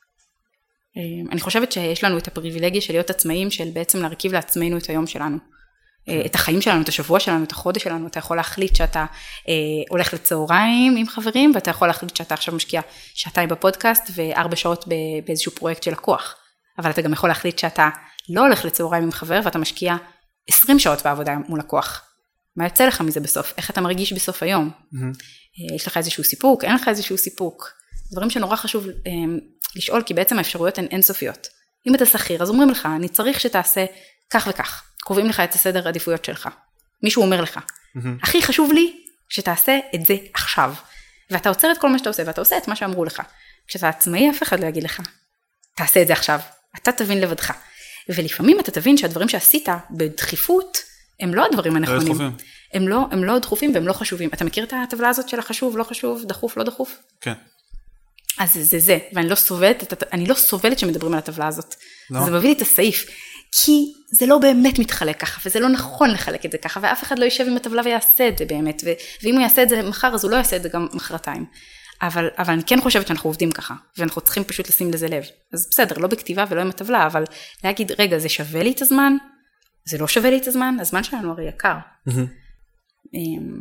אני חושבת שיש לנו את הפריבילגיה של להיות עצמאים, של בעצם להרכיב לעצמנו את היום שלנו. את החיים שלנו, את השבוע שלנו, את החודש שלנו. אתה יכול להחליט שאתה הולך לצהריים עם חברים, ואתה יכול להחליט שאתה עכשיו משקיע שעתיים בפודקאסט וארבע שעות באיזשהו פרויקט של לקוח. אבל אתה גם יכול להחליט שאתה לא הולך לצהריים עם חבר, ואתה משקיע עשרים שעות בעבודה מול לקוח. מה יוצא לך מזה בסוף? איך אתה מרגיש בסוף היום? Mm-hmm. יש לך איזשהו סיפוק? אין לך איזשהו סיפוק? דברים שנורא חשוב לשאול, כי בעצם האפשרויות הן אינסופיות. אם אתה שכיר, אז אומרים לך, אני צריך שתעשה כך וכך. קובעים לך את הסדר העדיפויות שלך. מישהו אומר לך, mm-hmm. הכי חשוב לי שתעשה את זה עכשיו. ואתה עוצר את כל מה שאתה עושה, ואתה עושה את מה שאמרו לך. כשאתה עצמאי, אף אחד לא יגיד לך, תעשה את זה עכשיו. אתה תבין לבדך. ולפעמים אתה תבין שהדברים שעשית בדחיפות, הם לא הדברים הנכונים. הם לא, הם לא דחופים והם לא חשובים. אתה מכיר את הטבלה הזאת של החשוב, לא חשוב, דחוף, לא דחוף? כן. אז זה זה, ואני לא סובלת, אני לא סובלת שמדברים על הטבלה הזאת. לא. זה מביא לי את הסעיף. כי זה לא באמת מתחלק ככה, וזה לא נכון לחלק את זה ככה, ואף אחד לא יישב עם הטבלה ויעשה את זה באמת, ו- ואם הוא יעשה את זה מחר, אז הוא לא יעשה את זה גם מחרתיים. אבל, אבל אני כן חושבת שאנחנו עובדים ככה, ואנחנו צריכים פשוט לשים לזה לב. אז בסדר, לא בכתיבה ולא עם הטבלה, אבל להגיד, רגע, זה שווה לי את הזמן? זה לא שווה לי את הזמן? הזמן שלנו הרי יקר. Mm-hmm.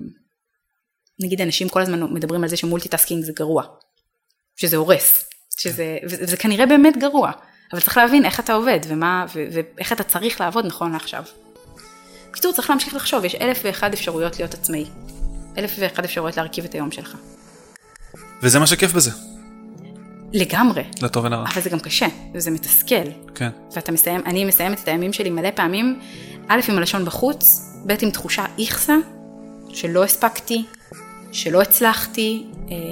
נגיד, אנשים כל הזמן מדברים על זה שמולטיטאסקינג זה גרוע, שזה הורס, שזה, וזה כנראה באמת גרוע, אבל צריך להבין איך אתה עובד, ומה, ו, ואיך אתה צריך לעבוד נכון לעכשיו. בקיצור, צריך להמשיך לחשוב, יש אלף ואחד אפשרויות להיות עצמאי, אלף ואחד אפשרויות להרכיב את היום שלך. וזה מה שכיף בזה. לגמרי. לטוב ולרע. אבל זה גם קשה, וזה מתסכל. כן. ואתה מסיים, אני מסיימת את הימים שלי מלא פעמים, א' עם הלשון בחוץ, ב' עם תחושה איכסה, שלא הספקתי, שלא הצלחתי,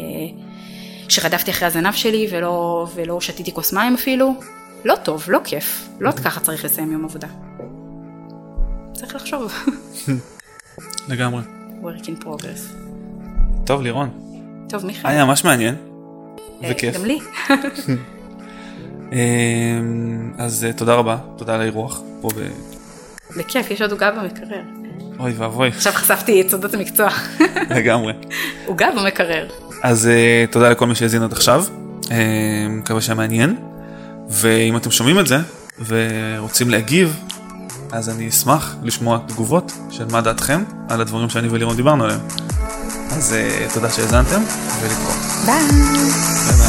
שרדפתי אחרי הזנב שלי, ולא, ולא שתיתי כוס מים אפילו. לא טוב, לא כיף. לא ככה צריך לסיים יום עבודה. צריך לחשוב. לגמרי. work in progress. טוב, לירון. טוב, מיכאל. היה ממש מעניין, וכיף. גם לי. אז תודה רבה, תודה על האירוח. בכיף, יש עוד עוגה במקרר. אוי ואבוי. עכשיו חשפתי את סודות המקצוע. לגמרי. עוגה במקרר. אז תודה לכל מי שהזין עד עכשיו, מקווה שהיה מעניין, ואם אתם שומעים את זה, ורוצים להגיב, אז אני אשמח לשמוע תגובות של מה דעתכם על הדברים שאני ולירון דיברנו עליהם. אז תודה שהזנתם, ולהתראות. ביי. ביי ביי.